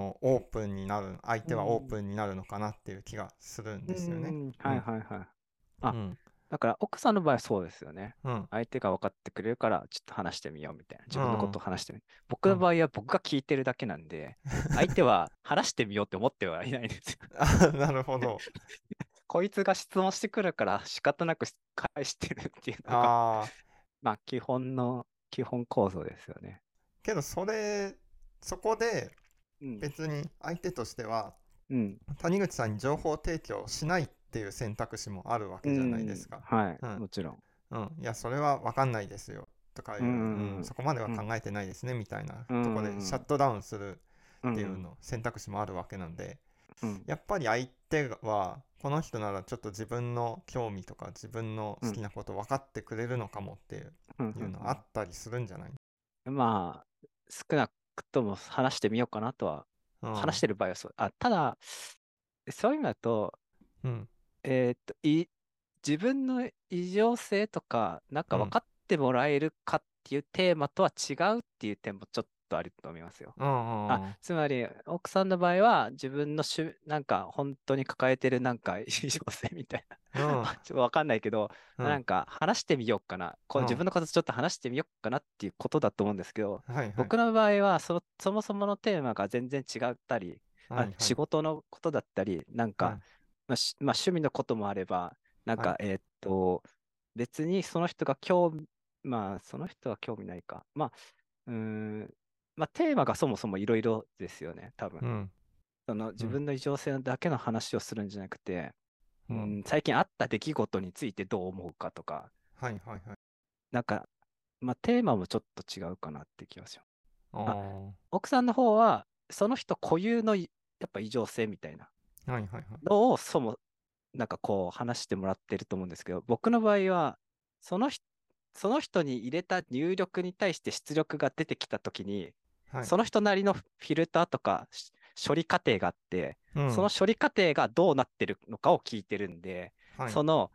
Speaker 1: オープンになる相手はオー
Speaker 2: うん、
Speaker 1: プンになるのかなっていう気がするん
Speaker 2: う
Speaker 1: ですよね。
Speaker 2: ん、はい
Speaker 1: うん
Speaker 2: はいはい。あ、
Speaker 1: うん
Speaker 2: だから奥さんの場合はそうですよね。
Speaker 1: うん
Speaker 2: 相手が分かってくれるから、ちょっと話してみようみたいな。自分のこ
Speaker 1: うん
Speaker 2: とを話してみる。僕
Speaker 1: うん
Speaker 2: の場合は僕が聞いてるだけなんで、相手は話してみようって思ってはいないんですよ。
Speaker 1: あなるほど。
Speaker 2: こいつが質問してくるから仕方なく返してるっていうのが、
Speaker 1: ああ
Speaker 2: 基本構造ですよね。
Speaker 1: けどそこで
Speaker 2: うん。
Speaker 1: 別に相手としては
Speaker 2: うん。
Speaker 1: 谷口さんに情報提供しないっていう選択肢もあるわ
Speaker 2: う
Speaker 1: けじゃないです
Speaker 2: ん。
Speaker 1: か。
Speaker 2: はい。
Speaker 1: うん
Speaker 2: もちろん。
Speaker 1: うん、いやそれは分かんないですよとかいう、
Speaker 2: うん。
Speaker 1: そこまでは
Speaker 2: うん。
Speaker 1: 考えてないですねみたいな
Speaker 2: う
Speaker 1: ところでシャッ
Speaker 2: ん。
Speaker 1: トダウンするっていう
Speaker 2: うん。
Speaker 1: の選択肢もあるわけなんで、
Speaker 2: うん。
Speaker 1: やっぱり相手はこの人ならちょっと自分の興味とか自分の
Speaker 2: うん。
Speaker 1: 好きなこと分かってくれるのかもって
Speaker 2: うん。
Speaker 1: いうのあったりするんじゃない？
Speaker 2: 少なくとも話してみようかなとは、話
Speaker 1: うん
Speaker 2: してる場合はそう。ただ、そういう意味だと、
Speaker 1: うん
Speaker 2: えーっと、い、自分の異常性とか、なん
Speaker 1: うん
Speaker 2: か分かってもらえるかっていうテーマとは違うっていう点もちょっとあると思いますよ。
Speaker 1: うんうん
Speaker 2: つまり、奥さんの場合は、自分のなんか本当に抱えてるなんか異常性みたいな、
Speaker 1: うん
Speaker 2: ちょっとわかんないけど、
Speaker 1: うん
Speaker 2: なんか話してみようかな、自
Speaker 1: うん
Speaker 2: 分のことちょっと話してみようかなっていうことだと思うんですけど、
Speaker 1: はいはい
Speaker 2: 僕の場合はそもそものテーマが全然違ったり、仕
Speaker 1: はいはい
Speaker 2: 事のことだったり、なんか、
Speaker 1: はい
Speaker 2: 趣味のこともあれば、なんか、
Speaker 1: はい
Speaker 2: 別にその人は興味ないか。うーん、テーマがそもそもいろいろですよね、多分。
Speaker 1: うん
Speaker 2: その自
Speaker 1: うん
Speaker 2: 分の異常性だけの話をするんじゃなくて、
Speaker 1: うん
Speaker 2: 最近あった出来事についてどう思うかとか、
Speaker 1: はいはいはい
Speaker 2: なんか、テーマもちょっと違うかなって気がします。あ、
Speaker 1: あ
Speaker 2: 奥さんの方は、その人固有のやっぱ異常性みたいな
Speaker 1: あはいはいはい
Speaker 2: のをなんかこう話してもらってると思うんですけど、僕の場合は、その人、その人に入れた入力に対して出力が出てきたときに、
Speaker 1: はい
Speaker 2: その人なりのフィルターとか処理過程があって、
Speaker 1: うん
Speaker 2: その処理過程がどうなってるのかを聞いてるんで、
Speaker 1: はい
Speaker 2: その、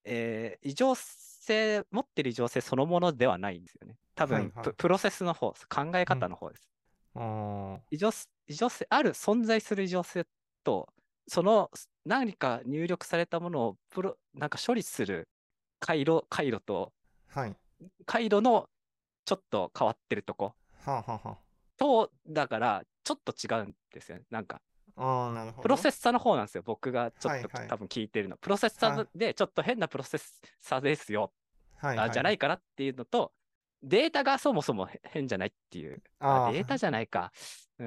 Speaker 2: 持ってる異常性そのものではないんですよね。多分、
Speaker 1: はいはい
Speaker 2: プロセスの方、考え
Speaker 1: うん
Speaker 2: 方の方です。
Speaker 1: あ
Speaker 2: 異常性、存在する異常性と、何か入力されたものをなんか処理する回路
Speaker 1: あはい
Speaker 2: 回路のちょっと変わってるとこ
Speaker 1: はあはあは
Speaker 2: だから、ちょっと違うんですよね。なんか、
Speaker 1: あああなるほど
Speaker 2: プロセッサーの方なんですよ。僕がちょっと
Speaker 1: はいはい
Speaker 2: 多分聞いてるの。プロセッサ
Speaker 1: は
Speaker 2: ーでちょっと変なプロセッサーですよ。
Speaker 1: はいはい
Speaker 2: じゃないかなっていうのと、データがそもそも変じゃないっていう。データ
Speaker 1: ああ
Speaker 2: じゃないか。うん。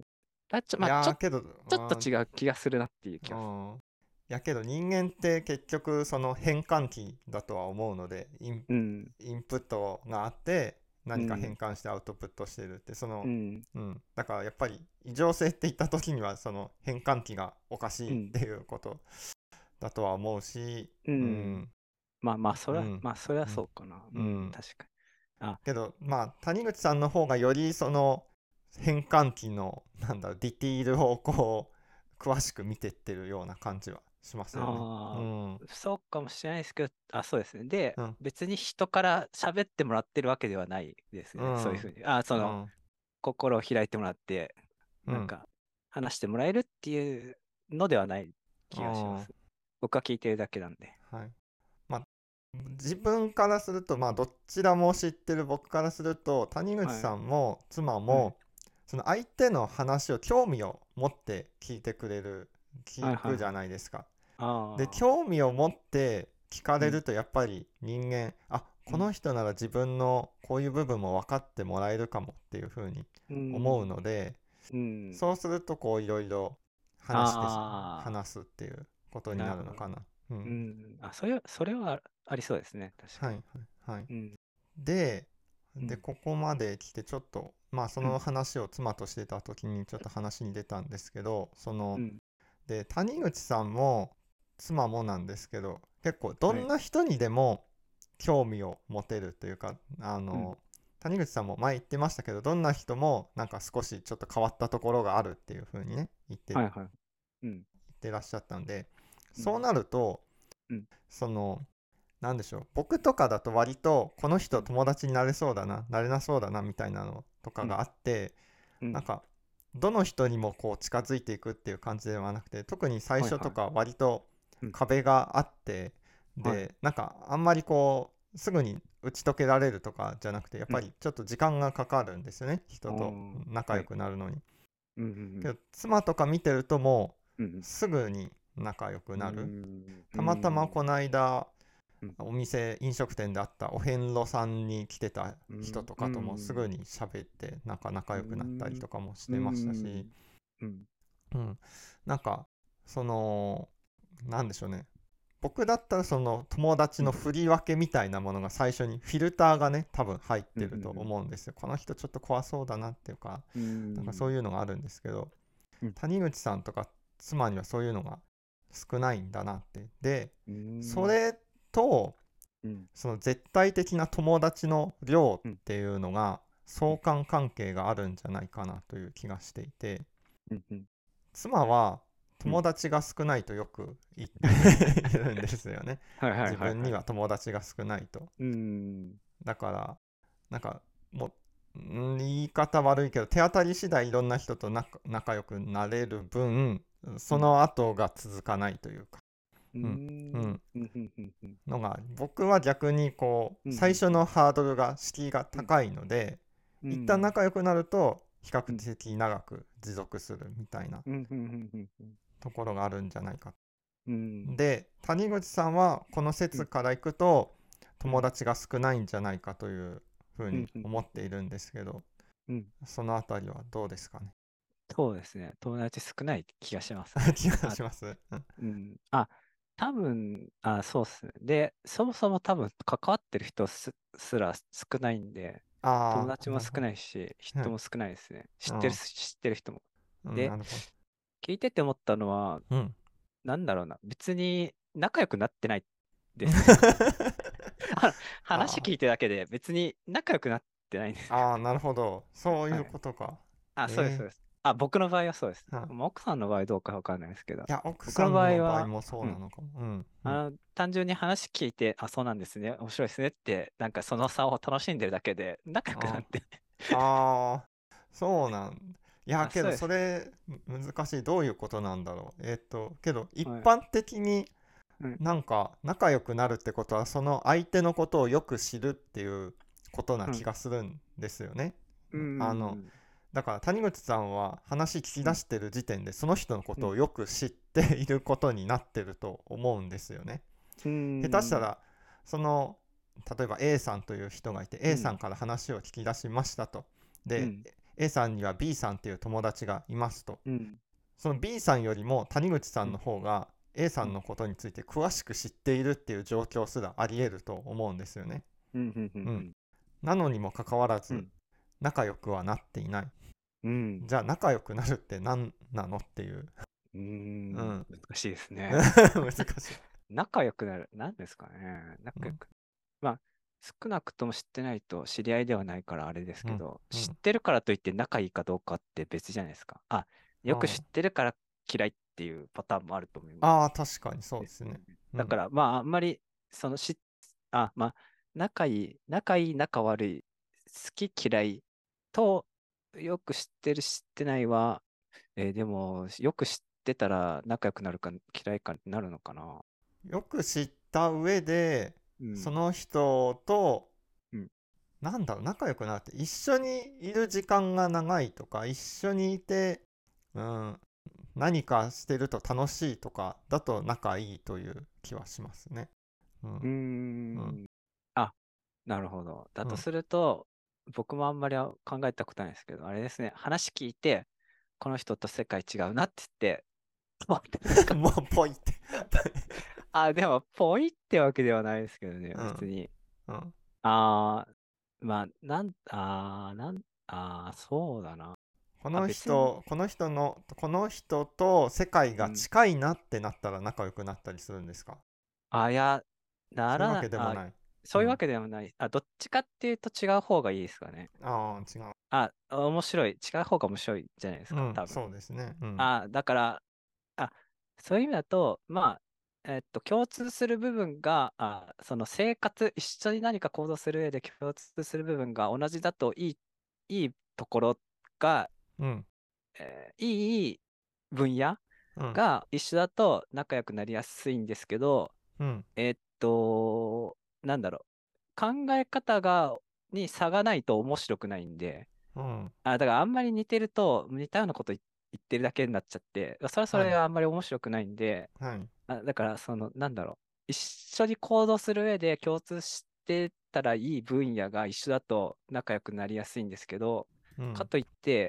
Speaker 1: いやーけど
Speaker 2: ちょっと違う気がするなっていう気がす
Speaker 1: いやけど人間って結局その変換器だとは思うので
Speaker 2: る。うん。
Speaker 1: インプットがあって何か変
Speaker 2: うん。
Speaker 1: 換してアウトプットしてるって
Speaker 2: うん。
Speaker 1: だからやっぱり異常性って言った時にはその変換器がおかし
Speaker 2: うん。
Speaker 1: いっていうことだとは思うし
Speaker 2: う
Speaker 1: う
Speaker 2: ん。
Speaker 1: ん
Speaker 2: まあ、それは
Speaker 1: うん
Speaker 2: そうかな。うん。
Speaker 1: うん
Speaker 2: 確かに。あ、
Speaker 1: けどまあ谷口さんの方がよりその変換器のディティールをこう詳しく見てってるような感じはしますよね。う
Speaker 2: あ
Speaker 1: ん
Speaker 2: そうかもしれないですけど、そうですね。で、
Speaker 1: うん
Speaker 2: 別に人から喋ってもらってるわけではないですよね。そういう
Speaker 1: うん
Speaker 2: ふうに。
Speaker 1: うん
Speaker 2: 心を開いてもらって、
Speaker 1: うん
Speaker 2: なんか、話してもらえるっていうのではない気がしま
Speaker 1: あ
Speaker 2: す。 僕は聞いてるだけなんで。
Speaker 1: はい。まあ、自分からすると、まあ、どちらも知ってる僕からすると、谷口
Speaker 2: はい。
Speaker 1: さんも妻
Speaker 2: はい。
Speaker 1: も、その相手の話を興味を持って聞いてくれる、
Speaker 2: はい。
Speaker 1: 聞くじゃ
Speaker 2: はい。
Speaker 1: ないですか。で、
Speaker 2: ああ。
Speaker 1: 興味を持って聞か
Speaker 2: うん。
Speaker 1: れると、やっぱり人間、あ、
Speaker 2: うん。
Speaker 1: この人なら自分のこういう部分も分かってもらえるかもっていうふうに
Speaker 2: う
Speaker 1: 思う
Speaker 2: ん。
Speaker 1: ので、
Speaker 2: うん。
Speaker 1: そうするとこういろいろ
Speaker 2: ああ。
Speaker 1: 話すっていうことに
Speaker 2: なるほど。
Speaker 1: なるのかな。うん。
Speaker 2: うん。あ、それはありそうですね。確かに。
Speaker 1: はいはいはい。
Speaker 2: うん。
Speaker 1: で、
Speaker 2: うん。
Speaker 1: ここまで来てちょっと、まあその
Speaker 2: うん。
Speaker 1: 話を妻としてた時にちょっと話に出たんですけど、
Speaker 2: うん。
Speaker 1: で、谷口さんも妻もなんですけど、結構ど
Speaker 2: はい。
Speaker 1: んな人にでも興味を持てるというか、
Speaker 2: うん。
Speaker 1: 谷口さんも前言ってましたけど、どんな人もなんか少しちょっと変わったところがあるっていう風にね、
Speaker 2: はいはい。うん。
Speaker 1: 言ってらっしゃったんで、
Speaker 2: うん。
Speaker 1: そうなると、
Speaker 2: うん。
Speaker 1: その、なんでしょう、僕とかだと割とこの
Speaker 2: うん。
Speaker 1: 人友達になれそうだな、なれなそうだなみたいなのとか
Speaker 2: うん。
Speaker 1: があって、
Speaker 2: うん。
Speaker 1: なんかどの人にもこう近づいていくっていう感じではなくて、特に最
Speaker 2: はいはい。
Speaker 1: 初とか割と
Speaker 2: うん。
Speaker 1: 壁があって、
Speaker 2: はい。
Speaker 1: でなんかあんまりこうすぐに打ち解けられるとかじゃなくて、やっ
Speaker 2: うん。
Speaker 1: ぱりちょっと時間がかかるんですよね、人
Speaker 2: あ
Speaker 1: と
Speaker 2: あ。
Speaker 1: 仲良
Speaker 2: はい。
Speaker 1: くなるのに。
Speaker 2: うん。
Speaker 1: けど妻とか見てるとも
Speaker 2: うん。
Speaker 1: うすぐに仲良く
Speaker 2: うん。
Speaker 1: なる。
Speaker 2: う
Speaker 1: たまたま
Speaker 2: ん。
Speaker 1: この間
Speaker 2: うん。
Speaker 1: 飲食店であったお遍路さんに来てた
Speaker 2: うん。
Speaker 1: 人と
Speaker 2: う
Speaker 1: かともすぐ
Speaker 2: ん。
Speaker 1: に喋ってなんか仲
Speaker 2: う
Speaker 1: 良くなったり
Speaker 2: ん。
Speaker 1: とかもし
Speaker 2: う
Speaker 1: てましたし、
Speaker 2: ん。うん。
Speaker 1: うん、なんかそのなんでしょうね、僕だったらその友達
Speaker 2: うん。
Speaker 1: の振り分けみたいなものが最初にフィルターがね多分入っ
Speaker 2: うん。
Speaker 1: てると思うんですよ。この人ちょっと怖そうだなっていうか、
Speaker 2: う
Speaker 1: なんかそう
Speaker 2: ん。
Speaker 1: いうのがあるんですけど、
Speaker 2: うん。
Speaker 1: 谷口さんとか妻にはそういうのが少ないんだなって。で
Speaker 2: うん。
Speaker 1: それと
Speaker 2: うん。
Speaker 1: その絶対的な友達の量
Speaker 2: うん。
Speaker 1: っていうのが相関関係があるんじゃないかなという気がしていて、
Speaker 2: うん。うん。
Speaker 1: 妻は
Speaker 2: うん。
Speaker 1: 友達が少ないとよく言っているんですよね。
Speaker 2: はいはい
Speaker 1: 自
Speaker 2: はいはい。
Speaker 1: 分には友達が少ないと。
Speaker 2: うん。
Speaker 1: だからなんかもう言い方悪いけど、手当たり次第いろんな人と仲良くなれる分、そ
Speaker 2: うん。
Speaker 1: の後が続かないというか、
Speaker 2: う
Speaker 1: うんう
Speaker 2: ん。
Speaker 1: ん、
Speaker 2: うん。うん。うん。うん。
Speaker 1: のが、僕は逆にこう
Speaker 2: うん。
Speaker 1: 最初
Speaker 2: うん。
Speaker 1: のハードルが敷居が
Speaker 2: うん。
Speaker 1: 高いので、一旦
Speaker 2: うん。
Speaker 1: 仲良くなると比較
Speaker 2: うん。
Speaker 1: 的長く持続するみたいな
Speaker 2: うん。うん。うん。うん。
Speaker 1: ところがあるんじゃないか。
Speaker 2: うん。
Speaker 1: で、谷口さんはこの
Speaker 2: うん。
Speaker 1: 説からいくと
Speaker 2: うん。
Speaker 1: 友達が少ないんじゃないかというふう
Speaker 2: うん。
Speaker 1: に
Speaker 2: うん。
Speaker 1: 思っているんですけど、
Speaker 2: うん。
Speaker 1: そのあたりはどうですかね。
Speaker 2: そうですね。友達少ない気がします
Speaker 1: 気
Speaker 2: ね。
Speaker 1: がします。うん。
Speaker 2: うん。多分、そうっすね。で、そもそも多分関わってる人すら少ないんで、友
Speaker 1: ああ、
Speaker 2: 達も少
Speaker 1: なるほ
Speaker 2: ないし、
Speaker 1: ど。うん。
Speaker 2: 人も少ないですね。
Speaker 1: うん。
Speaker 2: 知ってる人も。
Speaker 1: うん、
Speaker 2: で、
Speaker 1: なるほど。
Speaker 2: 聞いてて思ったのは、
Speaker 1: うん。
Speaker 2: なんだろうな。別に仲良くなってないですね。あ話
Speaker 1: あ
Speaker 2: 聞いてるだけで別に仲良くなってないんですよ。
Speaker 1: あ、なるほど。そういう
Speaker 2: はい。
Speaker 1: ことか。
Speaker 2: そうです、
Speaker 1: ええ、
Speaker 2: そうです。僕の場合はそうです。
Speaker 1: はい。
Speaker 2: 奥さんの場合どうかわかんないですけど、
Speaker 1: いや、奥
Speaker 2: 僕の
Speaker 1: さんの場合
Speaker 2: 場合は、
Speaker 1: もそう
Speaker 2: うん。
Speaker 1: なのかも。うん、うん。
Speaker 2: 単純に話聞いて、そうなんですね、面白いですねって、なんかその差を楽しんでるだけで、仲良くな
Speaker 1: あ
Speaker 2: って
Speaker 1: あ、そうなん。いや、けど
Speaker 2: そうです。
Speaker 1: それ難しい。どういうことなんだろう。けど一
Speaker 2: はい。
Speaker 1: 般的に
Speaker 2: うん。
Speaker 1: なんか仲良くなるってことはその相手のことをよく知るっていうことな
Speaker 2: うん。
Speaker 1: 気がするんですよね。
Speaker 2: う
Speaker 1: あの、
Speaker 2: ん。
Speaker 1: だから谷口さんは話聞き
Speaker 2: うん。
Speaker 1: 出してる時点でその人のこ
Speaker 2: うん。
Speaker 1: とをよく知っていることになってると思うんですよね。
Speaker 2: うん。
Speaker 1: 下手したらその例えば A さんという人がいて
Speaker 2: う
Speaker 1: A さ
Speaker 2: ん。
Speaker 1: んから話を聞き出しましたと。で
Speaker 2: うん。
Speaker 1: A さんには B さんっていう友達がいますと。
Speaker 2: うん。
Speaker 1: その B さんよりも谷口さ
Speaker 2: うん。
Speaker 1: んの方が A さ
Speaker 2: うん。
Speaker 1: んのことについて詳しく知っているっていう状況すらありえると思うんですよね。
Speaker 2: うん。うん。
Speaker 1: うん。
Speaker 2: うん。
Speaker 1: なのにもかかわらず
Speaker 2: うん。
Speaker 1: 仲良くはなっていない。
Speaker 2: うん。
Speaker 1: じゃあ仲良くなるって何なのっていう。
Speaker 2: 難
Speaker 1: うん。
Speaker 2: しいですね。
Speaker 1: 難しい。
Speaker 2: 仲良くなる。何ですかね。
Speaker 1: うん。
Speaker 2: 仲良く。まあ、少なくとも知ってないと知り合いではないからあれです
Speaker 1: うん。
Speaker 2: けど、
Speaker 1: うん。
Speaker 2: 知ってるからといって仲いいかどうかって別じゃないですか。よく知っ
Speaker 1: あ
Speaker 2: てるから嫌いっていうパターンもあると思います。
Speaker 1: あー、確かにそうですね。
Speaker 2: ですよね。
Speaker 1: うん。
Speaker 2: だから、あんまり、そのし、あ、まあ、仲いい、仲悪い、好き嫌いと、よく知ってる、知ってないは、でも、よく知ってたら仲良くなるか嫌いかになるのかな。
Speaker 1: よく知った上で、
Speaker 2: うん。
Speaker 1: その人と、
Speaker 2: うん。
Speaker 1: なんだろう、仲良くなって、一緒にいる時間が長いとか、一緒にいて、うん、何かしてると楽しいとかだと仲いいという気はしますね。う
Speaker 2: うー
Speaker 1: ん、うん、
Speaker 2: ん。あ、なるほど。だ
Speaker 1: うん。
Speaker 2: とすると、僕もあんまり考えたことないですけど、あれですね、話聞いて、この人と世界違うなって言って、もうなんか、
Speaker 1: もうポイって。
Speaker 2: あ、でも、ポイってわけではないですけどね、
Speaker 1: うん、
Speaker 2: 別に。
Speaker 1: うん。
Speaker 2: あまあ、そうだな。あ、別に、
Speaker 1: この人と世界が
Speaker 2: うん。
Speaker 1: 近いなってなったら仲良くなったりするんですか？
Speaker 2: いや、な
Speaker 1: そういうわ
Speaker 2: らない、
Speaker 1: けでもない。
Speaker 2: そういうわ
Speaker 1: うん。
Speaker 2: けではない。どっちかっていうと違う方がいいですかね。
Speaker 1: ああ、違う。
Speaker 2: 面白い。違う方が面白いじゃないですか、
Speaker 1: うん、
Speaker 2: 多分。
Speaker 1: そうですね。うん。
Speaker 2: だから、あ、そういう意味だと、共通する部分が、その生活、一緒に何か行動する上で共通する部分が同じだといいところが、
Speaker 1: うん、
Speaker 2: いい分野
Speaker 1: うん、
Speaker 2: が一緒だと仲良くなりやすいんですけど、
Speaker 1: うん、
Speaker 2: なんだろう。考え方に差がないと面白くないんで、
Speaker 1: うん。
Speaker 2: だからあんまり似てると似たようなこと言ってるだけになっちゃって、そ
Speaker 1: はい、
Speaker 2: れはあんまり面白くないんで、
Speaker 1: はい。
Speaker 2: だからなんだろう。一緒に行動する上で共通してたらいい分野が一緒だと仲良くなりやすいんですけど、
Speaker 1: うん。
Speaker 2: かといって、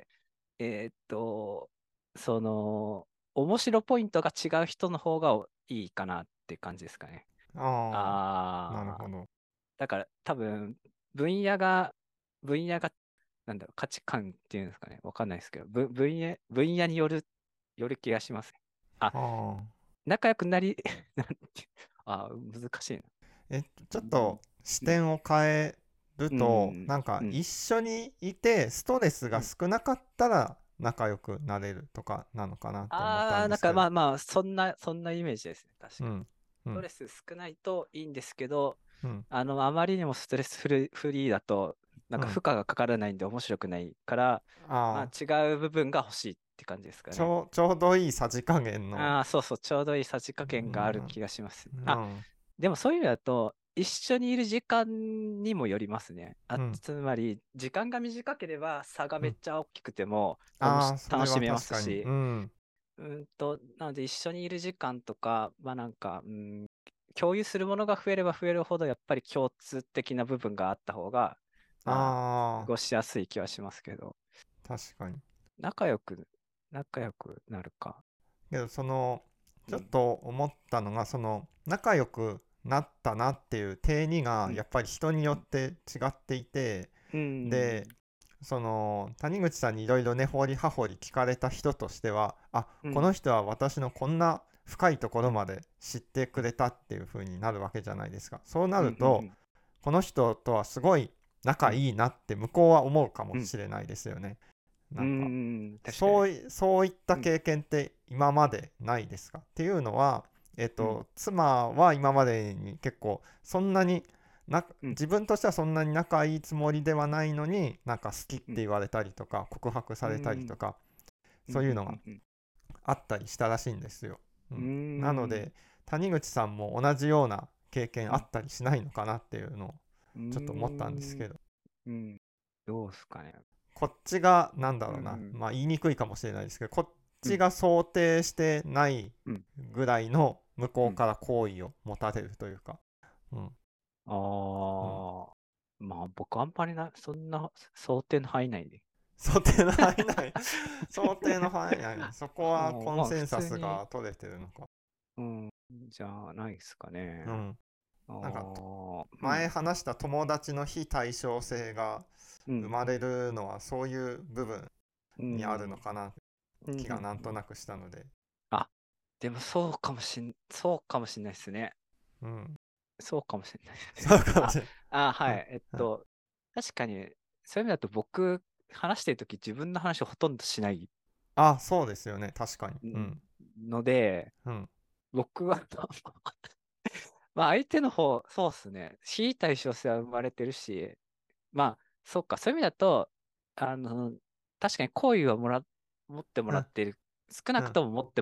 Speaker 2: えーっと、その、面白ポイントが違う人の方がいいかなって感じですかね。
Speaker 1: ああ、なる
Speaker 2: ああ、
Speaker 1: ほど。
Speaker 2: だから多分、分野が、なんだろう、価値観っていうんですかね。わかんないですけど、分野による気がしますね。あ、
Speaker 1: ああ。
Speaker 2: 仲良くなり、なんて、難しいな。
Speaker 1: ちょっと
Speaker 2: うん、うん、
Speaker 1: 視点を変える
Speaker 2: う
Speaker 1: と、
Speaker 2: ん、
Speaker 1: なんか
Speaker 2: うん。
Speaker 1: 一緒にいてストレスが
Speaker 2: うん。
Speaker 1: 少なかったら仲良くなれるとかなのかなって思ったん
Speaker 2: なん
Speaker 1: ですけど。
Speaker 2: そんなイメージですね。確かに。
Speaker 1: うん、うん、
Speaker 2: ストレス少ないといいんですけど、
Speaker 1: うん、
Speaker 2: あまりにもストレスフリーだと、なんか負
Speaker 1: うん。
Speaker 2: 荷がかからないんで面白くないから、
Speaker 1: ああ、
Speaker 2: 違う部分が欲しいって感じですかね。
Speaker 1: ちょうどいいさじ加減の。
Speaker 2: そうそう、ちょうどいいさじ加
Speaker 1: う
Speaker 2: 減がある
Speaker 1: ん、
Speaker 2: 気がします。
Speaker 1: うん、
Speaker 2: でもそういう意味だと、一緒にいる時間にもよりますね。
Speaker 1: うん、
Speaker 2: つまり、時間が短ければ差が
Speaker 1: うん。
Speaker 2: めっちゃ大きくても、
Speaker 1: ああ、それは
Speaker 2: 楽しめま
Speaker 1: 確かに。う
Speaker 2: すし、
Speaker 1: ん、
Speaker 2: なので一緒にいる時間とか、共有するものが増えれば増えるほど、やっぱり共通的な部分があった方が、過
Speaker 1: ああ、
Speaker 2: ごしやすい気はしますけど、
Speaker 1: 確かに。
Speaker 2: 仲良く、仲良くなるか。
Speaker 1: けどちょっ
Speaker 2: うん、
Speaker 1: と思ったのが仲良くなったなっていう定義が
Speaker 2: うん、
Speaker 1: やっぱり人によ
Speaker 2: うん、
Speaker 1: って違っていて、
Speaker 2: う
Speaker 1: で
Speaker 2: ん、
Speaker 1: 谷口さんにいろいろ根掘り葉掘り聞かれた人としては、
Speaker 2: うん、
Speaker 1: この人は私のこんな深いところまで知ってくれたっていう風になるわけじゃないですか。そうな
Speaker 2: うん、
Speaker 1: ると、
Speaker 2: うん、
Speaker 1: この人とはすごい
Speaker 2: うん、
Speaker 1: 仲いいなって向こうは思うかも
Speaker 2: うん、
Speaker 1: しれないですよね。
Speaker 2: う
Speaker 1: なんか
Speaker 2: ん、確かに。
Speaker 1: そういった
Speaker 2: うん、
Speaker 1: 経験って今までないですか？っていうのは、
Speaker 2: うん、
Speaker 1: 妻は今までに結構そんなに
Speaker 2: うん、
Speaker 1: 自分としてはそんなに仲いいつもりではないのになんか好きって
Speaker 2: うん、
Speaker 1: 言われたりとか告白
Speaker 2: う
Speaker 1: されたりと
Speaker 2: ん、
Speaker 1: か
Speaker 2: うん、
Speaker 1: そういうのが
Speaker 2: うん、
Speaker 1: あったりしたらしいんですよ。う
Speaker 2: う
Speaker 1: ん、なの
Speaker 2: ん、
Speaker 1: で谷口さんも同じような経験
Speaker 2: うん、
Speaker 1: あったりしないのかなっていうのを
Speaker 2: う
Speaker 1: ちょっと思ったんです
Speaker 2: ん、
Speaker 1: けど、
Speaker 2: うん、どうすかね。
Speaker 1: こっちがなんだ
Speaker 2: う
Speaker 1: ろうな、
Speaker 2: ん、
Speaker 1: まあ言いにくいかもしれないですけど、こっ
Speaker 2: うん、
Speaker 1: ちが想定してない
Speaker 2: うん、
Speaker 1: ぐらいの向こ
Speaker 2: うん。
Speaker 1: うから好意を持たれるというか、うん、うん、
Speaker 2: 僕あんまりそんな想定の範囲内で。
Speaker 1: 想定の範囲内、想定の範囲内、そこはコン
Speaker 2: 普
Speaker 1: センサス
Speaker 2: 通に、
Speaker 1: が取れてるのか。
Speaker 2: うん、じゃあないですかね。
Speaker 1: うん、なんか
Speaker 2: うん、
Speaker 1: 前話した友達の非対称性が
Speaker 2: うん、
Speaker 1: 生まれるのはそういう部分
Speaker 2: う
Speaker 1: にあるの
Speaker 2: ん、
Speaker 1: かな
Speaker 2: うん、
Speaker 1: 気がなん
Speaker 2: うん。
Speaker 1: となくしたので、
Speaker 2: あ、でもそうかもしんないですね。
Speaker 1: うん、
Speaker 2: そうかもしれないですね。
Speaker 1: そうかもしれない。
Speaker 2: は
Speaker 1: うん、
Speaker 2: い。
Speaker 1: うん、
Speaker 2: 確かに、そういう意味だと僕、話してるとき自分の話をほとんどしない
Speaker 1: そうですよね、確かに。うん、
Speaker 2: ので、
Speaker 1: うん、
Speaker 2: 僕は相手の方、そうっすね。非対称性は生まれてるし、そっか、そういう意味だと、あの、確かに好意は持っても
Speaker 1: うん、
Speaker 2: らってる。少な
Speaker 1: うん、
Speaker 2: くとも持ってもらっ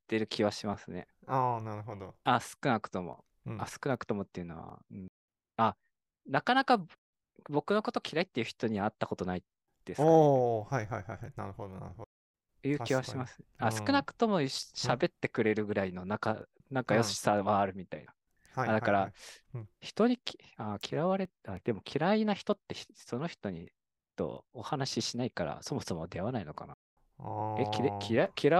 Speaker 2: てる気はしますね。
Speaker 1: ああ、なるほど。
Speaker 2: 少なくとも。
Speaker 1: うん。
Speaker 2: 少なくともっていうのは、あ、なかなか僕のこと嫌いっていう人に会ったことないですかね。
Speaker 1: おお、はいはいはいはい。なるほど、なるほど。
Speaker 2: いう気は
Speaker 1: 確かに。
Speaker 2: します。少な
Speaker 1: うん。
Speaker 2: くとも
Speaker 1: うん。
Speaker 2: 喋ってくれるぐらいの仲
Speaker 1: うん。
Speaker 2: 良しさはあるみたいな。だから、
Speaker 1: はいはいはい。うん。
Speaker 2: 人に嫌われ、でも嫌いな人ってその人にとお話ししないから、そもそも出会わないのかな。
Speaker 1: あ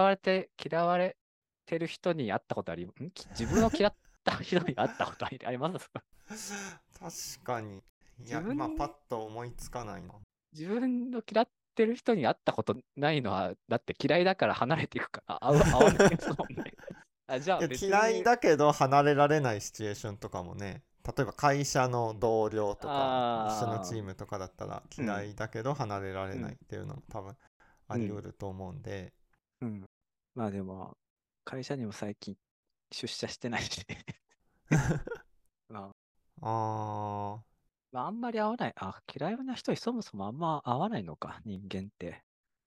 Speaker 2: 嫌われてる人に会ったことあり、自分を嫌った人に会ったことありますか？
Speaker 1: あ。確かに。い
Speaker 2: 自
Speaker 1: や、今パッ
Speaker 2: 分、
Speaker 1: と思いつかないな。
Speaker 2: 自分の嫌ってる人に会ったことないのは、だって嫌いだから離れていくから、会わないですもんね。じゃあ
Speaker 1: いや、
Speaker 2: 別に、
Speaker 1: 嫌いだけど離れられないシチュエーションとかもね、例えば会社の同僚とか一緒のチ
Speaker 2: ああ、
Speaker 1: ームとかだったら
Speaker 2: うん、
Speaker 1: 嫌いだけど離れられないっ
Speaker 2: うん、
Speaker 1: ていうのも多分あ
Speaker 2: うん、
Speaker 1: り得ると思うんで。
Speaker 2: うん。まあでも、会社にも最近出社してないしまあ、
Speaker 1: あ
Speaker 2: あんまり合わない。嫌いな人にそもそもあんま合わないのか、人間って。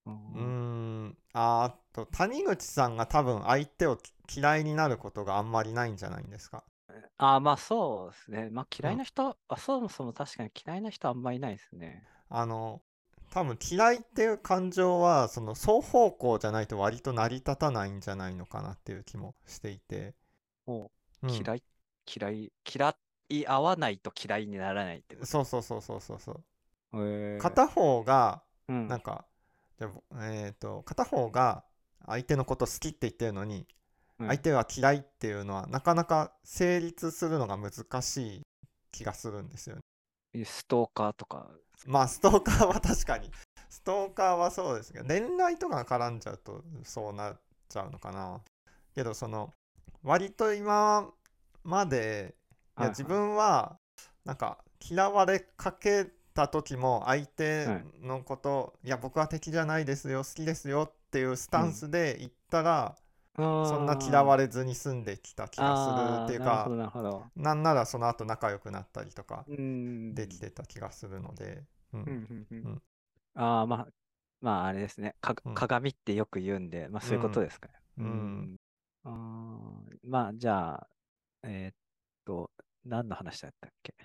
Speaker 1: あと谷口さんが多分相手を嫌いになることがあんまりないんじゃないんですか。
Speaker 2: まあそうですね。まあ
Speaker 1: うん。
Speaker 2: 嫌いな人、そもそも確かに嫌いな人あんまりいないですね。
Speaker 1: あの、多分嫌いっていう感情はその双方向じゃないと割と成り立たないんじゃないのかなっていう気もしていて。
Speaker 2: もう、
Speaker 1: うん。
Speaker 2: 合わないと嫌いにならないってこと。
Speaker 1: そうそうそうそうそうそう。
Speaker 2: へえ、
Speaker 1: 片方が
Speaker 2: うん、
Speaker 1: なんかじゃ片方が相手のこと好きって言ってるのに
Speaker 2: うん。
Speaker 1: 相手は嫌いっていうのはなかなか成立するのが難しい気がするんですよね。
Speaker 2: ストーカーとか。
Speaker 1: まあストーカーは確かにストーカーはそうですけど恋愛とかが絡んじゃうとそうなっちゃうのかな。けどその割と今までいや自
Speaker 2: はいはい。
Speaker 1: 分はなんか嫌われかけた時も相手
Speaker 2: はい。
Speaker 1: のこといや僕は敵じゃないですよ好きですよっていうスタン
Speaker 2: うん。
Speaker 1: スで言ったらそんな嫌わ
Speaker 2: あ
Speaker 1: れずに済んできた気がするっていうか
Speaker 2: なるほど、なるほど。
Speaker 1: なんならその後仲良くなったりとか
Speaker 2: うん。
Speaker 1: できてた気がするのでう
Speaker 2: うん、う
Speaker 1: ん
Speaker 2: ん、うん。
Speaker 1: うん
Speaker 2: あれですね。
Speaker 1: うん
Speaker 2: 鏡ってよく言うんで、まあそういうこと
Speaker 1: うん
Speaker 2: ですかね。う
Speaker 1: うん
Speaker 2: ん。まあじゃあ、えーっと、何の話だったっけ？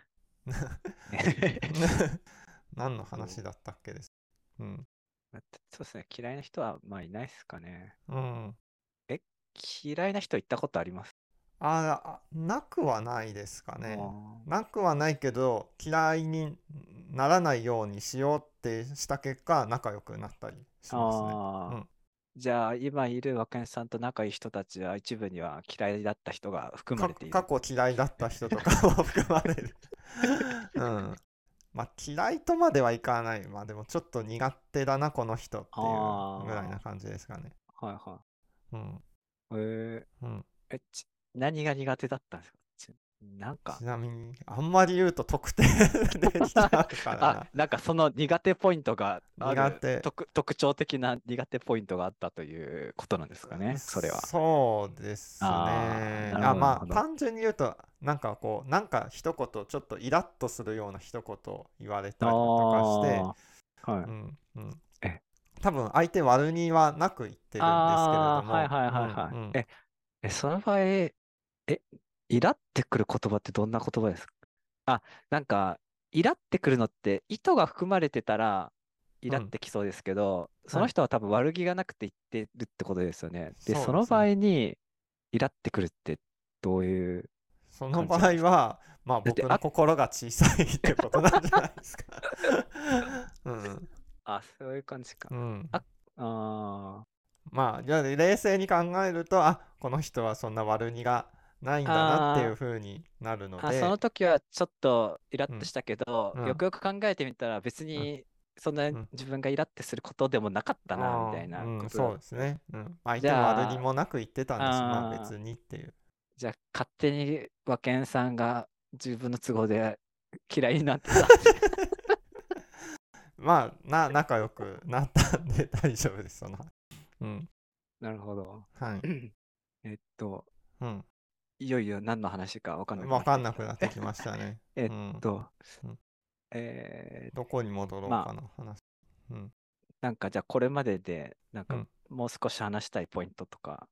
Speaker 1: 何の
Speaker 2: と
Speaker 1: 話だったっけです。うん
Speaker 2: そうですね。嫌いな人はまあいないですかね。
Speaker 1: うん
Speaker 2: え、嫌いな人行ったことあります？
Speaker 1: なくはないですかね。
Speaker 2: あ
Speaker 1: なくはないけど、嫌いにならないようにしようってした結果、仲良くなったりしますね。う
Speaker 2: あー、
Speaker 1: ん。
Speaker 2: じゃあ今いる若根さんと仲いい人たちは一部には嫌いだった人が含まれている。
Speaker 1: 過去嫌いだった人とかも含まれる。うん。まあ嫌いとまではいかない。まあでもちょっと苦手だな、この人っていうぐらいな
Speaker 2: あ
Speaker 1: 感じですかね。
Speaker 2: はいは
Speaker 1: うん。
Speaker 2: い。
Speaker 1: うん。
Speaker 2: 何が苦手だったんですか？なんか、
Speaker 1: ちなみに、あんまり言うと特定できちゃうからな。
Speaker 2: なんかその苦手ポイントがある、
Speaker 1: 苦手。
Speaker 2: 特徴的な苦手ポイントがあったということなんですかね、それは。
Speaker 1: そうですね。
Speaker 2: なるほど、なる
Speaker 1: まあ、
Speaker 2: ほど。
Speaker 1: 単純に言うと、なんかこう、なんか一言、ちょっとイラッとするような一言言われ
Speaker 2: あ
Speaker 1: たりとかして、
Speaker 2: あ、はい。
Speaker 1: うんうん。
Speaker 2: え、
Speaker 1: 多分相手悪気はなく言ってるんですけれど
Speaker 2: はい
Speaker 1: も、
Speaker 2: はい
Speaker 1: うん
Speaker 2: はいはい。
Speaker 1: うん。
Speaker 2: その場合、イラってくる言葉ってどんな言葉ですか？なんか、イラってくるのって、意図が含まれてたら、イラっ
Speaker 1: うん。
Speaker 2: てきそうですけど、そ
Speaker 1: はい。
Speaker 2: の人は多分悪気がなくて言ってるってことですよね。で、その場
Speaker 1: そうですね。
Speaker 2: 合に、イラってくるってどういう
Speaker 1: その場
Speaker 2: 感じなんですか？
Speaker 1: 合は、まあ
Speaker 2: だって、
Speaker 1: 僕の心が小さいってことなんじゃないですか。うん。
Speaker 2: そういう感じか。
Speaker 1: うん。
Speaker 2: あ、あ
Speaker 1: まあ、じゃあ冷静に考えると、この人はそんな悪気がないんだなっていう
Speaker 2: あ
Speaker 1: 風になるの
Speaker 2: その
Speaker 1: で、
Speaker 2: 時はちょっとイラッ
Speaker 1: うん、
Speaker 2: としたけど、
Speaker 1: うん、
Speaker 2: よくよく考えてみたら別
Speaker 1: うん、
Speaker 2: にそんな
Speaker 1: うん。
Speaker 2: 自分がイラってすることでもなかったな、みたいな
Speaker 1: うん、
Speaker 2: ことだ
Speaker 1: そう
Speaker 2: った。
Speaker 1: ですね。うん。相
Speaker 2: じ
Speaker 1: 手も悪気
Speaker 2: ゃあ、
Speaker 1: もなく言ってたんだし、まあ別
Speaker 2: あ
Speaker 1: にっていう。
Speaker 2: じゃあ勝手に和健さんが自分の都合で嫌いになってたんで。
Speaker 1: まあ、仲良くなったんで大丈夫です、その。うん。
Speaker 2: なるほど。
Speaker 1: はい。
Speaker 2: えっと、
Speaker 1: うん。
Speaker 2: いよいよ何の話か分かんなく
Speaker 1: わかんな
Speaker 2: なってきた。
Speaker 1: くなってきましたね。
Speaker 2: えっ
Speaker 1: うん。
Speaker 2: と、
Speaker 1: うん、
Speaker 2: えー
Speaker 1: どこに戻ろう
Speaker 2: まあ、
Speaker 1: かな、話。うん。
Speaker 2: なんかじゃあこれまでで、なんか
Speaker 1: うん。
Speaker 2: もう少し話したいポイントとか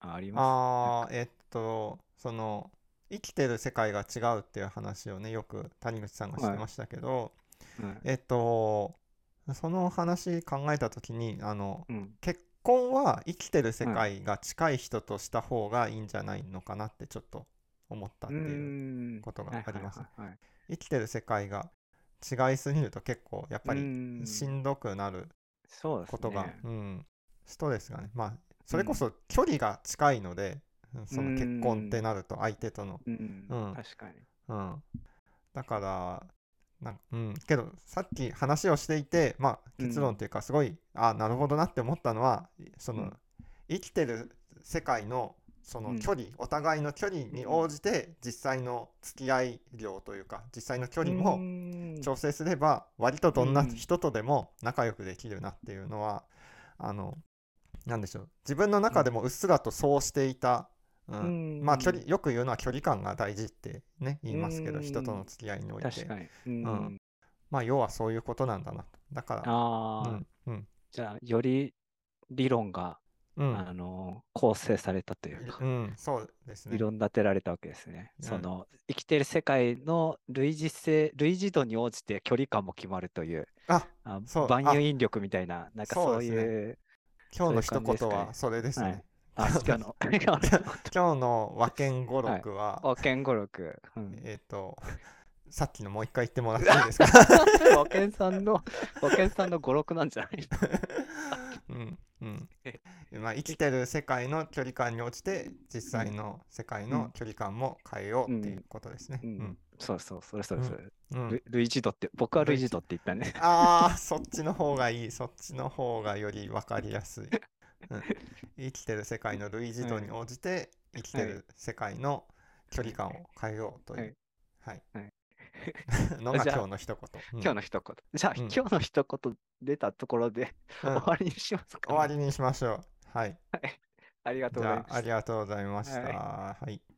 Speaker 2: ありますなんか。
Speaker 1: その生きてる世界が違うっていう話をね、よく谷口さんがして
Speaker 2: は
Speaker 1: ましたけど、
Speaker 2: い。はい。
Speaker 1: その話考えた時に、
Speaker 2: うん。
Speaker 1: 結婚は生きてる世
Speaker 2: はい。
Speaker 1: 界が近い人とした方がいいんじゃないのかなってちょっと思った
Speaker 2: うー
Speaker 1: っていう
Speaker 2: ん。
Speaker 1: ことが
Speaker 2: はいはい
Speaker 1: ありますね。
Speaker 2: はいはい。
Speaker 1: 生きてる世界が違いすぎると結構やっ
Speaker 2: うー
Speaker 1: ぱりし
Speaker 2: ん。
Speaker 1: んどくなる
Speaker 2: そうです
Speaker 1: ことが、
Speaker 2: ね。
Speaker 1: ストレスがね、まあ
Speaker 2: うん。
Speaker 1: それこそ距離が近いので、
Speaker 2: うー
Speaker 1: その結婚って
Speaker 2: ん。
Speaker 1: なると相手との、
Speaker 2: うん。
Speaker 1: うん、
Speaker 2: 確かに。
Speaker 1: うん、だからけどさっき話をしていて、まあ
Speaker 2: うん。
Speaker 1: 結論というかすごい、なるほどなって思ったのは、その
Speaker 2: うん。
Speaker 1: 生きてる世界のそ
Speaker 2: うん。
Speaker 1: の距離、お互いの距離に応
Speaker 2: うん。
Speaker 1: じて実際の付き合い量というか実際の距
Speaker 2: うー
Speaker 1: 離も
Speaker 2: ん。
Speaker 1: 調整すれば割とどんな
Speaker 2: うん。
Speaker 1: 人とでも仲良くできるなっていうのは、あのなんでしょう、自分の
Speaker 2: うん。
Speaker 1: 中でもうっすらとそうしていた、
Speaker 2: う
Speaker 1: まあ
Speaker 2: ん。
Speaker 1: よく言うのは距離感が大事ってね言
Speaker 2: う
Speaker 1: いますけど、人との
Speaker 2: ん。
Speaker 1: 付き合いにおいて、
Speaker 2: 確かに。う
Speaker 1: うん、
Speaker 2: ん。
Speaker 1: まあ要はそういうことなんだなと。だから、う
Speaker 2: ああ、
Speaker 1: んうん
Speaker 2: じゃあ、より理論が、
Speaker 1: うん
Speaker 2: 構成されたというか、
Speaker 1: そうですね。
Speaker 2: 理論立てられたわけですね。そ
Speaker 1: うん
Speaker 2: の、生きている世界の類似度に応じて距離感も決まるという、
Speaker 1: あ
Speaker 2: 万有引力みたいな、なんかそう
Speaker 1: そうですね。
Speaker 2: いう、そういう
Speaker 1: 今日の一
Speaker 2: 感じですかね。
Speaker 1: 言はそれですね。
Speaker 2: はい。あ、今日の、今日の一言。
Speaker 1: 今日の和剣語
Speaker 2: はい。
Speaker 1: 録は、
Speaker 2: 保険語録。うん。
Speaker 1: えっ、と、さっきのもう一回言ってもらっていいですか？
Speaker 2: 保険さんの、保険さんの語録なんじゃないのさっき。
Speaker 1: うんうん。
Speaker 2: え
Speaker 1: まあ、生き
Speaker 2: え
Speaker 1: てる世界の距離感に応じて実
Speaker 2: うん。
Speaker 1: 際の世界
Speaker 2: うん。
Speaker 1: の距離感も変えようっていう
Speaker 2: うん。
Speaker 1: ことですね。
Speaker 2: うん。
Speaker 1: うん
Speaker 2: そうそう、それそ
Speaker 1: うん
Speaker 2: れそれ。
Speaker 1: うん
Speaker 2: 類似度って、僕は類似度
Speaker 1: 類似
Speaker 2: って言ったね。
Speaker 1: そっちの方がいい、そっちの方がより分かりやすい。うん、生きてる世界の類似度に
Speaker 2: はい。
Speaker 1: 応じて生きて
Speaker 2: はい。
Speaker 1: る世界の距
Speaker 2: はい。
Speaker 1: 離感を変えようという、
Speaker 2: はい。
Speaker 1: はい、
Speaker 2: はい。
Speaker 1: のが
Speaker 2: じゃあ、
Speaker 1: 今日の一言。
Speaker 2: 今日の一言。じゃあ、
Speaker 1: うん
Speaker 2: 今日の一言出たところで
Speaker 1: う
Speaker 2: 終
Speaker 1: ん、
Speaker 2: わりにしますかね。
Speaker 1: 終わりにしましょう。はい。
Speaker 2: はい。ありがとう
Speaker 1: じゃあ、あ
Speaker 2: ございまし
Speaker 1: りがとうございま
Speaker 2: た。
Speaker 1: した。
Speaker 2: はい。
Speaker 1: はい。